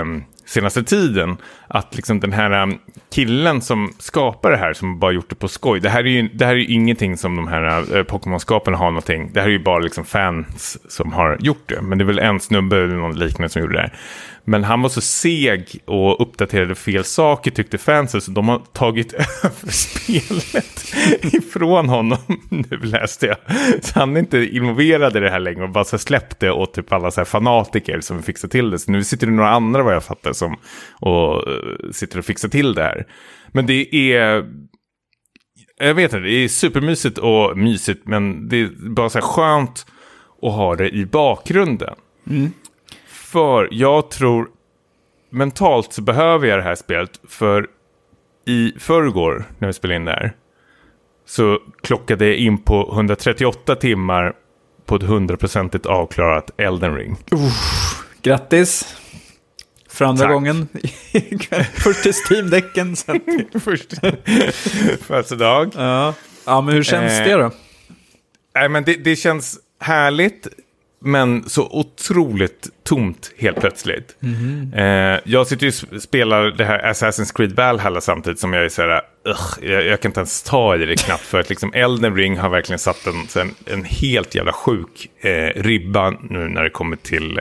senaste tiden. Att liksom den här killen som skapar det här, som bara gjort det på skoj. Det här är ju ingenting som de här Pokémon-skaparna har någonting. Det här är ju bara liksom fans som har gjort det. Men det är väl en snubbe eller någon liknande som gjorde det här. Men han var så seg och uppdaterade fel saker, tyckte fansen, så de har tagit över spelet ifrån honom. Nu läste jag. Så han är inte involverad i det här längre och bara så släppte åt typ alla så här fanatiker som fixar till det. Så nu sitter det några andra, vad jag fattar, som och sitter och fixar till det här. Men det är... Jag vet inte, det är supermysigt och mysigt, men det är bara så här skönt att ha det i bakgrunden. Mm. För jag tror mentalt så behöver jag det här spelet, för i förrgår när vi spelade in det här så klockade jag in på 138 timmar på ett 100% avklarat Elden Ring. Grattis! För andra Tack. gången. Först till Steam-däcken. Först födelsedag. Ja, men hur känns det då? Nej, men det känns härligt, men så otroligt tomt helt plötsligt. Jag sitter ju och spelar det här Assassin's Creed Valhalla samtidigt som jag är så här, jag kan inte ens ta i det knappt, för att liksom Elden Ring har verkligen satt en helt jävla sjuk ribba nu när det kommer till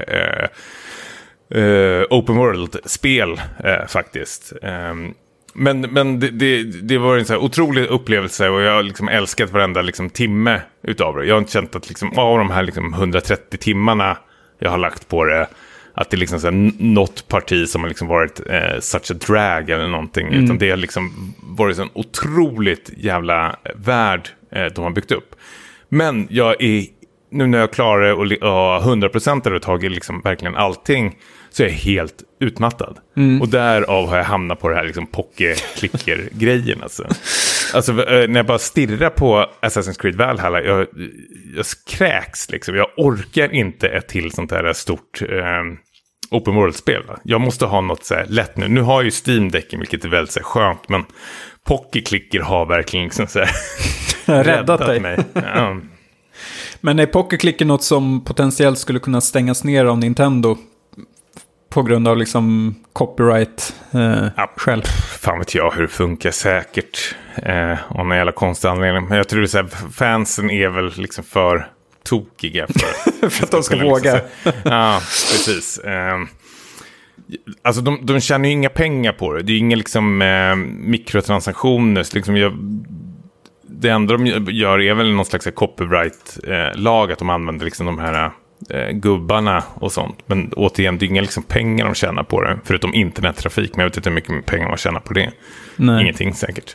open world-spel faktiskt. Men det var en så här otrolig upplevelse, och jag har liksom älskat varenda liksom timme utav det. Jag har inte känt att liksom, av de här liksom 130 timmarna jag har lagt på det, att det liksom så här, något parti som har liksom varit such a drag eller någonting, utan det har liksom varit en otroligt jävla värld de har byggt upp. Men jag är, nu när jag klarar det och 100% av det tagit liksom verkligen allting, så är jag helt utmattad. Och därav har jag hamnat på det här liksom pocket-klicker-grejen. Alltså när jag bara stirrar på Assassin's Creed Valhalla, jag kräks liksom. Jag orkar inte ett till sånt här stort open world-spel. Va? Jag måste ha något så här lätt nu. Nu har jag ju Steam-däcken, vilket är väldigt så här skönt, men pocket-klicker har verkligen liksom så här räddat dig. Mig. Ja. Men är pocket-klicker något som potentiellt skulle kunna stängas ner av Nintendo på grund av liksom copyright själv? Fan vet jag hur det funkar säkert. Om någon jävla konstig anledning. Men jag tror att fansen är väl liksom för tokiga för att de ska våga. Liksom, ja, precis. Alltså de tjänar ju inga pengar på det. Det är ju inga liksom mikrotransaktioner. Så liksom det enda de gör är väl någon slags copyright-lag, att de använder liksom de här gubbarna och sånt. Men återigen, det är inga liksom pengar de tjänar på det, förutom internettrafik. Men jag vet inte hur mycket pengar de tjänar på det. Nej. Ingenting säkert.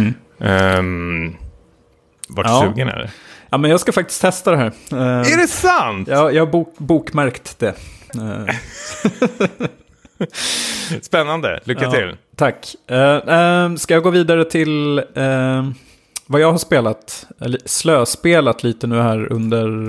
Vart sugen är det? Ja, men jag ska faktiskt testa det här. Är det sant? Ja, jag har bokmärkt det. Spännande, lycka till. Tack. Ska jag gå vidare till vad jag har spelat, eller slöspelat lite nu här under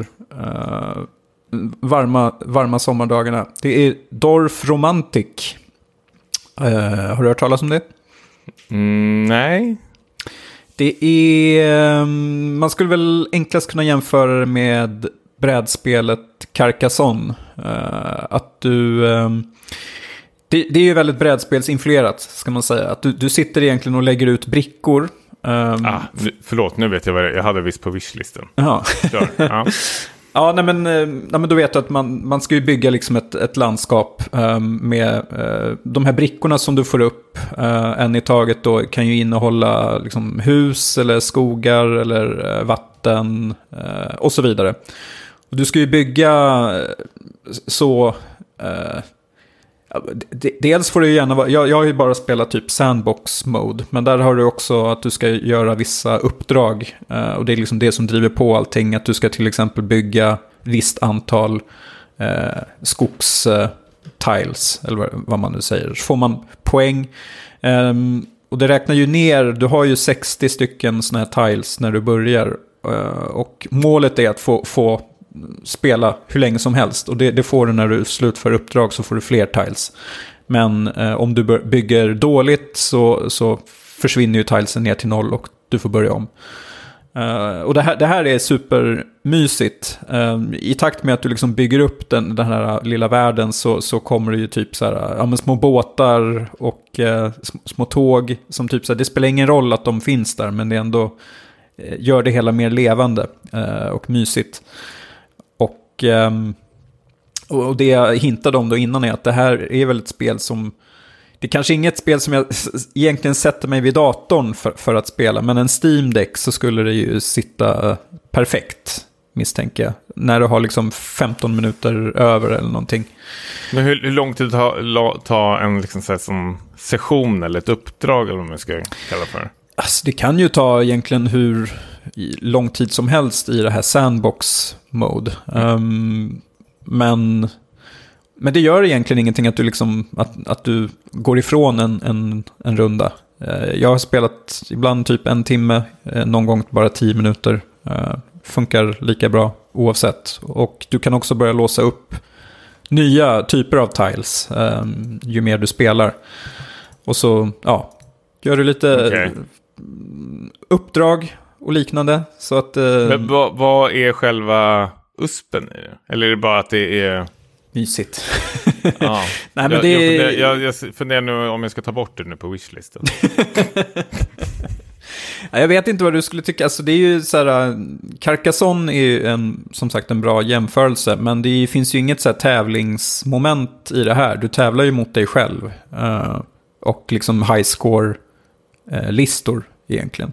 varma sommardagarna. Det är Dorf Romantic. Har du hört talas om det? Nej. Det är, man skulle väl enklast kunna jämföra det med brädspelet Carcassonne. Att du... Det är ju väldigt brädspelsinfluerat, ska man säga. Att du sitter egentligen och lägger ut brickor. Förlåt, nu vet jag vad jag hade visst på wishlisten. Ja. Ja. Ja, nej men då vet du att man ska ju bygga liksom ett landskap med de här brickorna som du får upp en i taget då kan ju innehålla liksom hus eller skogar eller vatten och så vidare. Och du ska ju bygga så... Dels får det ju gärna vara, jag har ju bara spelat typ sandbox mode, men där har du också att du ska göra vissa uppdrag och det är liksom det som driver på allting, att du ska till exempel bygga visst antal skogstiles eller vad man nu säger, så får man poäng och det räknar ju ner, du har ju 60 stycken såna här tiles när du börjar och målet är att få spela hur länge som helst. Och det får du när du slutför uppdrag, så får du fler tiles. Men om du bygger dåligt så försvinner ju tilesen ner till 0 och du får börja om. Och det här är supermysigt. I takt med att du liksom bygger upp den här lilla världen så kommer det ju typ så här, små båtar och små tåg som typ så här, det spelar ingen roll att de finns där, men det ändå gör det hela mer levande och mysigt. Och det jag hintade om då innan är att det här är väl ett spel som, det är kanske inget spel som jag egentligen sätter mig vid datorn för att spela, men en Steam Deck så skulle det ju sitta perfekt, misstänker jag. När du har liksom 15 minuter över eller någonting. Men hur lång tid tar en liksom så här som session eller ett uppdrag eller vad man ska kalla för? Alltså, det kan ju ta egentligen hur lång tid som helst i det här sandbox-mode. Men det gör egentligen ingenting att du liksom att du går ifrån en runda. Jag har spelat ibland typ 1 timme, någon gång bara 10 minuter. Funkar lika bra oavsett. Och du kan också börja låsa upp nya typer av tiles ju mer du spelar. Och så gör du lite uppdrag och liknande. Så att, men vad är själva uspen i det? Eller är det bara att det är mysigt? Ja. Nej, men jag funderar nu om jag ska ta bort det nu på wishlisten. Jag vet inte vad du skulle tycka. Alltså det är ju så här, Carcassonne är ju som sagt en bra jämförelse, men det finns ju inget så här tävlingsmoment i det här. Du tävlar ju mot dig själv och liksom high score listor egentligen.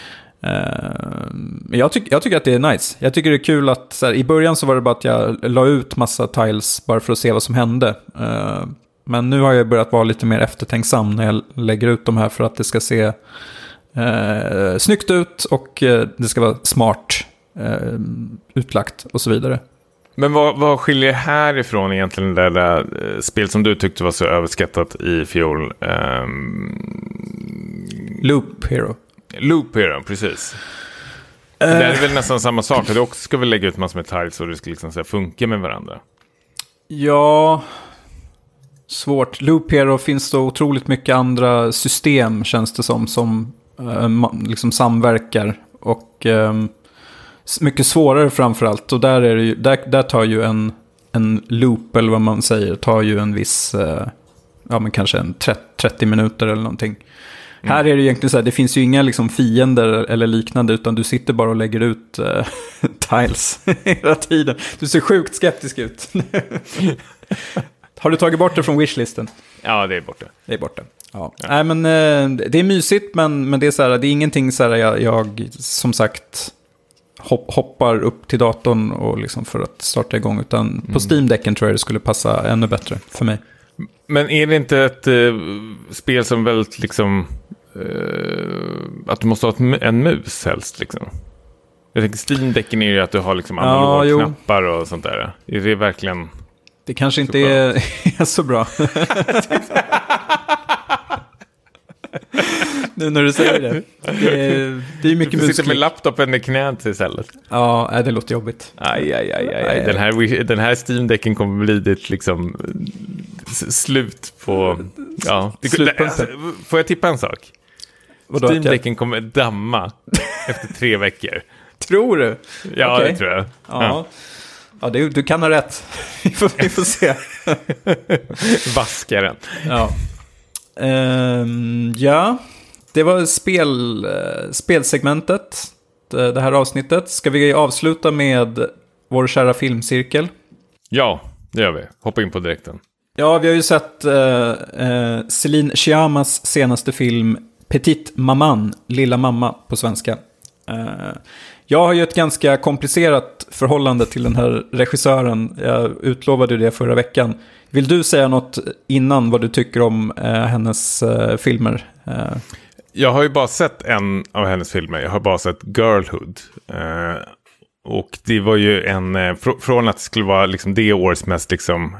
Jag tycker att det är nice. Jag tycker det är kul att så här, i början så var det bara att jag la ut massa tiles bara för att se vad som hände. Men nu har jag börjat vara lite mer eftertänksam när jag lägger ut de här för att det ska se snyggt ut och det ska vara smart utlagt och så vidare. Men vad skiljer härifrån egentligen det där spel som du tyckte var så överskattat i fjol? Loop Hero. Loop Hero, precis. Det är väl nästan samma sak. Du också ska väl lägga ut massor med tiles och det ska liksom så funka med varandra. Ja, svårt. Loop Hero finns då otroligt mycket andra system, känns det som liksom samverkar. Och mycket svårare framförallt. Och där är det ju, där tar ju en loop, eller vad man säger, tar ju en viss, men kanske en 30 minuter eller någonting. Här är det egentligen så här, det finns ju inga liksom fiender eller liknande, utan du sitter bara och lägger ut tiles hela tiden. Du ser sjukt skeptisk ut. Har du tagit bort det från wishlisten? Ja, det är borta. Det är borta. Ja. Nej, men det är mysigt, men det är så här, det är ingenting så här jag som sagt hoppar upp till datorn och liksom för att starta igång, utan på Steam-däcken tror jag det skulle passa ännu bättre för mig. Men är det inte ett spel som väldigt liksom att du måste ha en mus helst liksom? Jag tänker Steam-däcken är ju att du har liksom analoga knappar och sånt där. Är det verkligen... Det kanske inte är så bra. Nu när du säger det. Det är mycket musik. Du sitter med laptopen i knät istället. Ja, det låter jobbigt. Aj. Den här Steam-däcken kommer bli ditt liksom slut på... Ja. Får jag tippa en sak? Steam-däcken kommer damma efter 3 veckor. Tror du? Ja, okay. Det tror jag. Ja, du kan ha rätt. Vi får se. Vaskaren. Ja. Ja, det var spelsegmentet, det här avsnittet. Ska vi avsluta med vår kära filmcirkel? Ja, det gör vi. Hoppa in på direkten. Ja, vi har ju sett Céline Sciammas senaste film Petite Maman, Lilla mamma på svenska. Jag har ju ett ganska komplicerat förhållande till den här regissören. Jag utlovade det förra veckan. Vill du säga något innan vad du tycker om hennes filmer? Jag har ju bara sett en av hennes filmer. Jag har bara sett Girlhood. Och det var ju från att det skulle vara liksom det års mest liksom,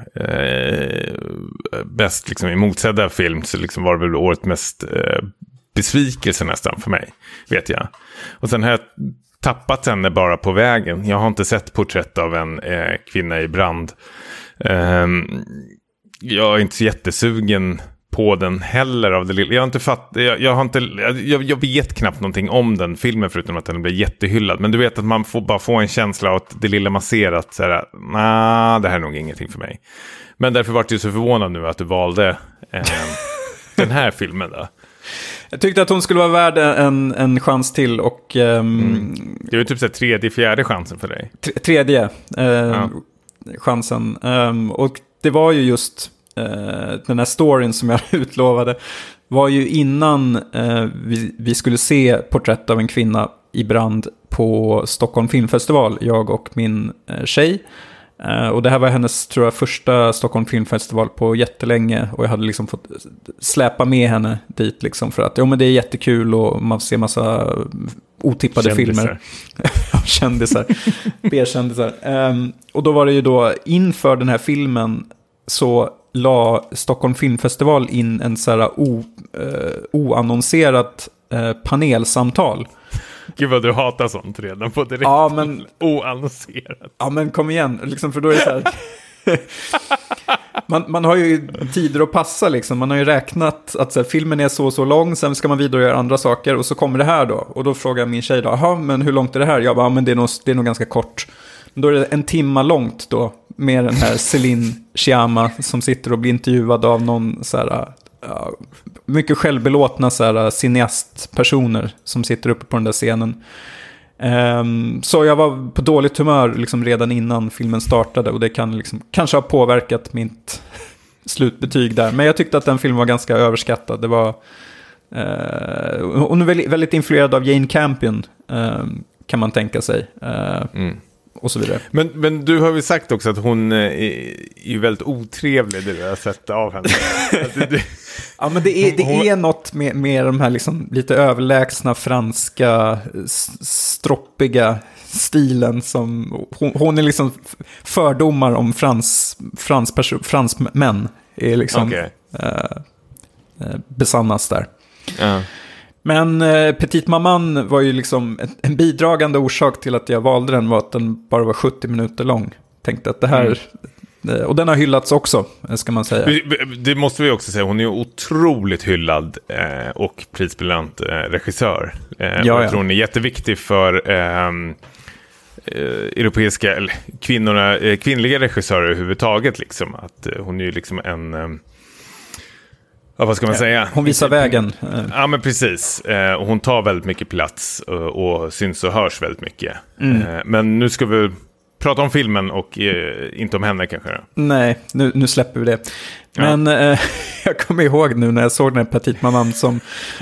bäst liksom, emotsedda film, så liksom var det väl årets mest besvikelse nästan för mig, vet jag. Och sen har jag tappat henne bara på vägen. Jag har inte sett Porträtt av en kvinna i brand. Jag är inte så jättesugen på den heller av det lilla. Jag vet knappt någonting om den filmen förutom att den blir jättehyllad. Men du vet att man får bara få en känsla av att det lilla man ser att så här, det här är nog ingenting för mig. Men därför var jag så förvånad nu att du valde den här filmen då. Jag tyckte att hon skulle vara värd en chans till och... Det är ju typ så här tredje, fjärde chansen för dig. Tredje chansen. Och det var ju just den här storyn som jag utlovade. Var ju innan vi skulle se Porträtt av en kvinna i brand på Stockholm Filmfestival. Jag och min tjej. Och det här var hennes, tror jag, första Stockholm Filmfestival på jättelänge. Och jag hade liksom fått släpa med henne dit liksom för att men det är jättekul och man ser massa otippade filmer. Kändisar. B-kändisar. Och då var det ju då inför den här filmen så la Stockholm Filmfestival in en så här oannonserat panelsamtal. Gud vad du hatar sånt redan på direkt. Ja, men oannonserat. Ja, men kom igen, liksom, för då är det så här. man har ju tider att passa liksom. Man har ju räknat att så här, filmen är så lång, sen ska man vidare göra andra saker och så kommer det här då. Och då frågar min tjej då, jaha, men hur långt är det här? Jag bara, men det är nog ganska kort. Då är det 1 timme långt då med den här Celine Sciamma som sitter och blir intervjuad av någon så här mycket självbelåtna så här cineastpersoner som sitter uppe på den där scenen. Så jag var på dåligt humör liksom redan innan filmen startade och det kan liksom, kanske ha påverkat mitt slutbetyg där. Men jag tyckte att den filmen var ganska överskattad. Det var hon är väldigt, väldigt influerad av Jane Campion kan man tänka sig. Och så vidare. Men du har ju sagt också att hon är väldigt otrevlig, det du har sett av henne. Ja, men det är något med de här liksom lite överlägsna franska stroppiga stilen som hon är liksom fördomar om fransmän är liksom besannas där. Men Petite Maman var ju liksom en bidragande orsak till att jag valde den var att den bara var 70 minuter lång. Tänkte att det här... Och den har hyllats också, ska man säga. Det måste vi också säga. Hon är ju otroligt hyllad och prisbelönt regissör. Jag tror hon är jätteviktig för europeiska eller kvinnliga regissörer överhuvudtaget. Liksom. Att hon är ju liksom en... vad ska man säga? Hon visar vägen. Ja, men precis. Och hon tar väldigt mycket plats och syns och hörs väldigt mycket. Men nu ska vi prata om filmen och inte om henne kanske. Nej, nu släpper vi det. Men jag kommer ihåg nu när jag såg den här Petite Maman som...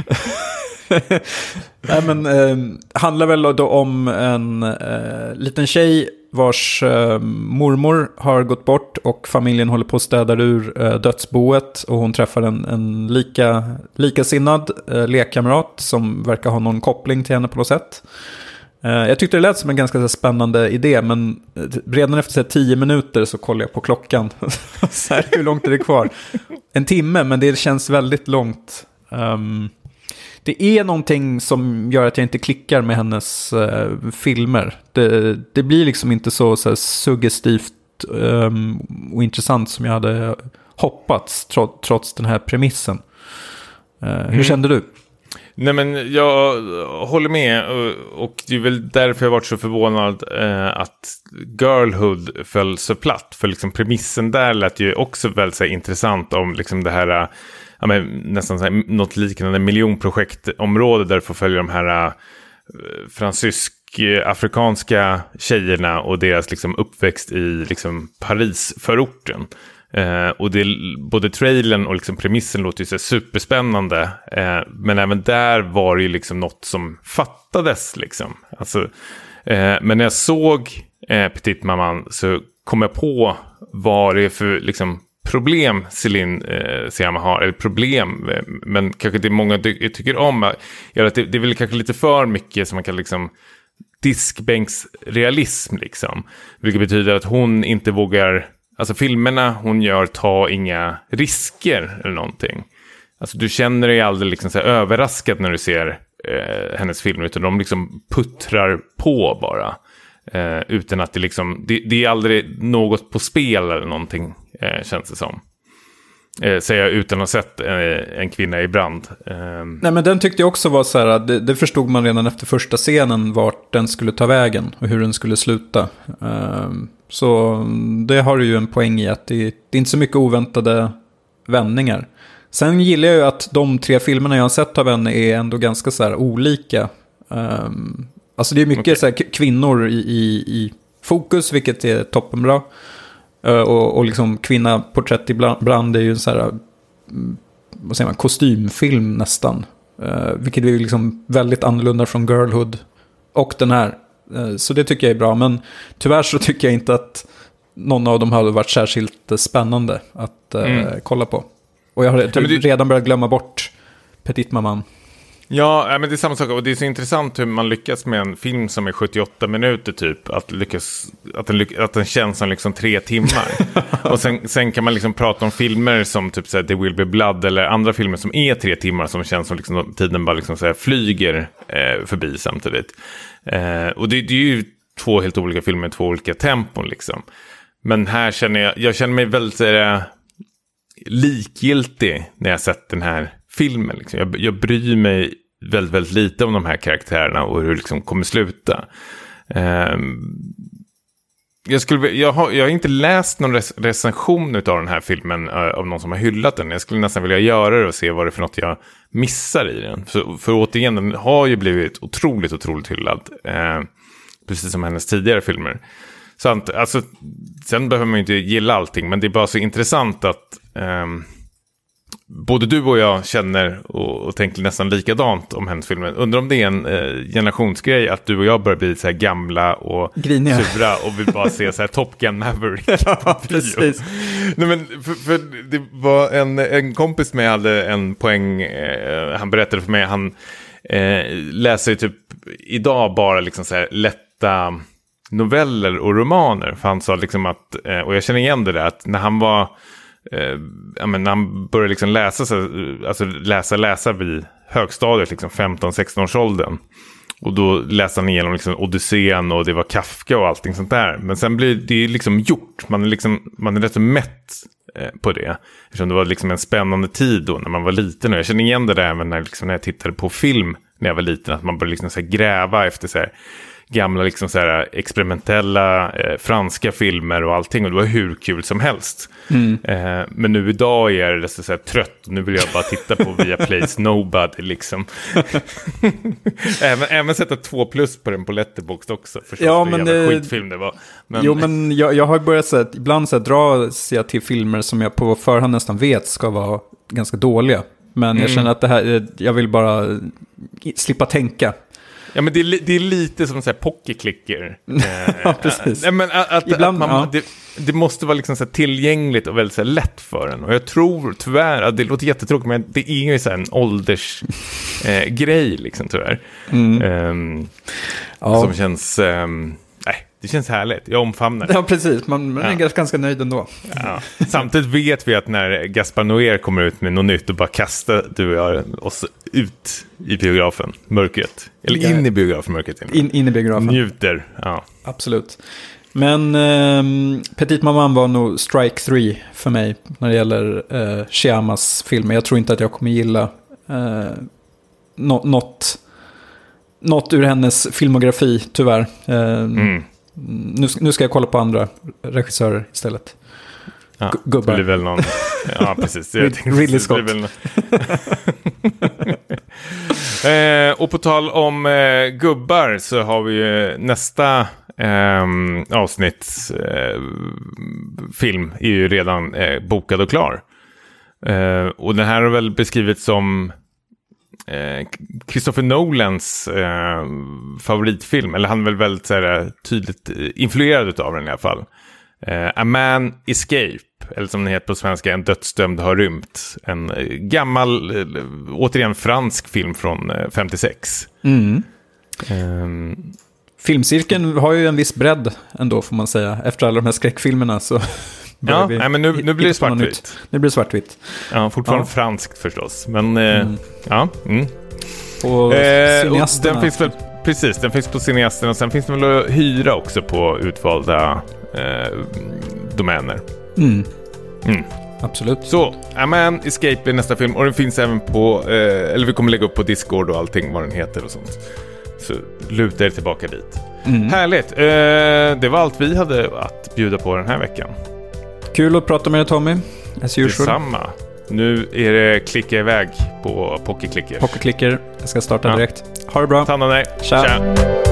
handlar väl då om en liten tjej vars mormor har gått bort och familjen håller på att städa ur dödsboet och hon träffar en likasinnad lekkamrat som verkar ha någon koppling till henne på något sätt. Jag tyckte det lät som en ganska spännande idé, men redan efter 10 minuter så kollar jag på klockan. Så här, hur långt är det kvar? 1 timme, men det känns väldigt långt. Det är någonting som gör att jag inte klickar med hennes filmer. Det blir liksom inte så suggestivt och intressant som jag hade hoppats trots den här premissen. Hur kände du? Nej, men jag håller med och det är väl därför jag varit så förvånad att Girlhood föll så platt. För liksom premissen där lät ju också väldigt så här, intressant om liksom det här... Ja, men nästan så här, något liknande miljonprojektområde där du får följa de här fransysk-afrikanska tjejerna och deras liksom uppväxt i liksom Paris-förorten. Och det, både trailern och liksom premissen låter ju så superspännande, men även där var det ju liksom något som fattades liksom. Alltså, men när jag såg Petite Maman så kom jag på vad det är för liksom problem Celine Sciamma har, eller problem, men kanske det är många tycker om, att det är väl kanske lite för mycket som man kan liksom diskbänksrealism liksom, vilket betyder att hon inte vågar, alltså filmerna hon gör tar inga risker eller någonting. Alltså du känner dig aldrig liksom så här överraskad när du ser hennes filmer, utan de liksom puttrar på bara. Utan att det liksom det är aldrig något på spel eller någonting, känns det som. säger jag utan att ha sett En kvinna i brand. Nej, men den tyckte jag också var så här, det förstod man redan efter första scenen vart den skulle ta vägen och hur den skulle sluta. Så det har ju en poäng i att det är inte så mycket oväntade vändningar. Sen gillar jag ju att de 3 filmerna jag har sett av henne är ändå ganska så här olika. Alltså det är mycket så här kvinnor i fokus, vilket är toppenbra. Och liksom kvinnaporträtt i brand är ju en så här, vad säger man, kostymfilm nästan. Vilket är liksom väldigt annorlunda från Girlhood och den här. Så det tycker jag är bra, men tyvärr så tycker jag inte att någon av dem hade varit särskilt spännande att kolla på. Och jag har redan börjat glömma bort Petite Maman. Ja, men det är samma sak. Och det är så intressant hur man lyckas med en film som är 78 minuter typ. Att den känns som liksom 3 timmar. Och sen kan man liksom prata om filmer som typ såhär, There Will Be Blood. Eller andra filmer som är 3 timmar. Som känns som liksom, tiden bara liksom såhär, flyger förbi samtidigt. Och det är ju 2 helt olika filmer, 2 olika tempon liksom. Men här känner jag mig väldigt likgiltig när jag sett den här filmen. Liksom. Jag bryr mig väldigt, väldigt lite om de här karaktärerna och hur det liksom kommer sluta. Jag har inte läst någon recension av den här filmen av någon som har hyllat den. Jag skulle nästan vilja göra det och se vad det är för något jag missar i den. För återigen, den har ju blivit otroligt, otroligt hyllad. Precis som hennes tidigare filmer. Så alltså, sen behöver man ju inte gilla allting, men det är bara så intressant att både du och jag känner och tänker nästan likadant om hennes filmer. Undrar om det är en generationsgrej att du och jag börjar bli så här gamla och griniga, sura och vill bara se så här Top Gun Maverick. Ja, precis. Nej, men för det var en kompis med hade en poäng, han berättade för mig, han läser typ idag bara liksom så här lätta noveller och romaner. För han sa liksom att, och jag känner igen det där, att när han var när han började liksom läsa vid högstadiet, liksom 15-16 års åldern. Och då läste han igenom liksom Odysseen och det var Kafka och allting sånt där. Men sen blir det liksom gjort. Man är rätt så mätt på det. Eftersom det var liksom en spännande tid då när man var liten. Och jag känner igen det där även när jag tittade på film när jag var liten. Att man började liksom så här gräva efter så här gamla liksom så här experimentella franska filmer och allting, och det var hur kul som helst. Men nu idag är det så här trött och nu vill jag bara titta på Viaplays Nobody liksom. även sätta 2+ på den på Letterboxd också, förstås. Ja, men skitfilm det var. Men... Jo, men jag har börjat så att ibland så här, dra sig till filmer som jag på förhand nästan vet ska vara ganska dåliga. Men jag känner att det här, jag vill bara slippa tänka. Ja, men det är lite som så här pocketclicker. Ja, precis. Men ibland, det måste vara liksom så här tillgängligt och väldigt så här lätt för en. Och jag tror tyvärr, att det låter jättetråkigt, men det är ju så här en åldersgrej liksom tyvärr. Som känns... det känns härligt. Jag omfamnar det. Ja, precis. Man är ganska nöjd ändå. Ja. Samtidigt vet vi att när Gaspar Noé kommer ut med något nytt och bara kastar du och jag oss ut i biografen, mörkret. Eller in i biografen, mörkret. In i biografen. Njuter, ja. Absolut. Men Petite Maman var nog strike 3 för mig när det gäller Sciammas filmer. Jag tror inte att jag kommer gilla något ur hennes filmografi, tyvärr. Nu ska jag kolla på andra regissörer istället. Ja, gubbar. Det blir väl någon... Ja, precis. Ridley Scott. Och på tal om gubbar så har vi ju nästa avsnitt film är ju redan bokad och klar. Och den här har väl beskrivits som Christopher Nolans favoritfilm, eller han är väl väldigt så här, tydligt influerad av den i alla fall. A Man Escape, eller som den heter på svenska, En dödsdömd har rymt. En gammal, återigen fransk film från 56. Filmcirkeln har ju en viss bredd ändå, får man säga. Efter alla de här skräckfilmerna så... Ja, men nu blir det svartvitt. Nu blir det svartvitt. Ja, fortfarande franskt förstås. Men, På cineasterna. Den finns väl, precis, den finns på cineasterna. Och sen finns det väl att hyra också på utvalda domäner. Absolut. Så, men Escape är nästa film. Och den finns även på, eller vi kommer lägga upp på Discord och allting vad den heter och sånt. Så luta er tillbaka dit. Härligt. Det var allt vi hade att bjuda på den här veckan. Kul att prata med dig, Tommy. As usual. Detsamma. Nu är det klicka iväg på Pocket Clicker. Jag ska starta direkt. Ha det bra. Ta hand om dig. Tja.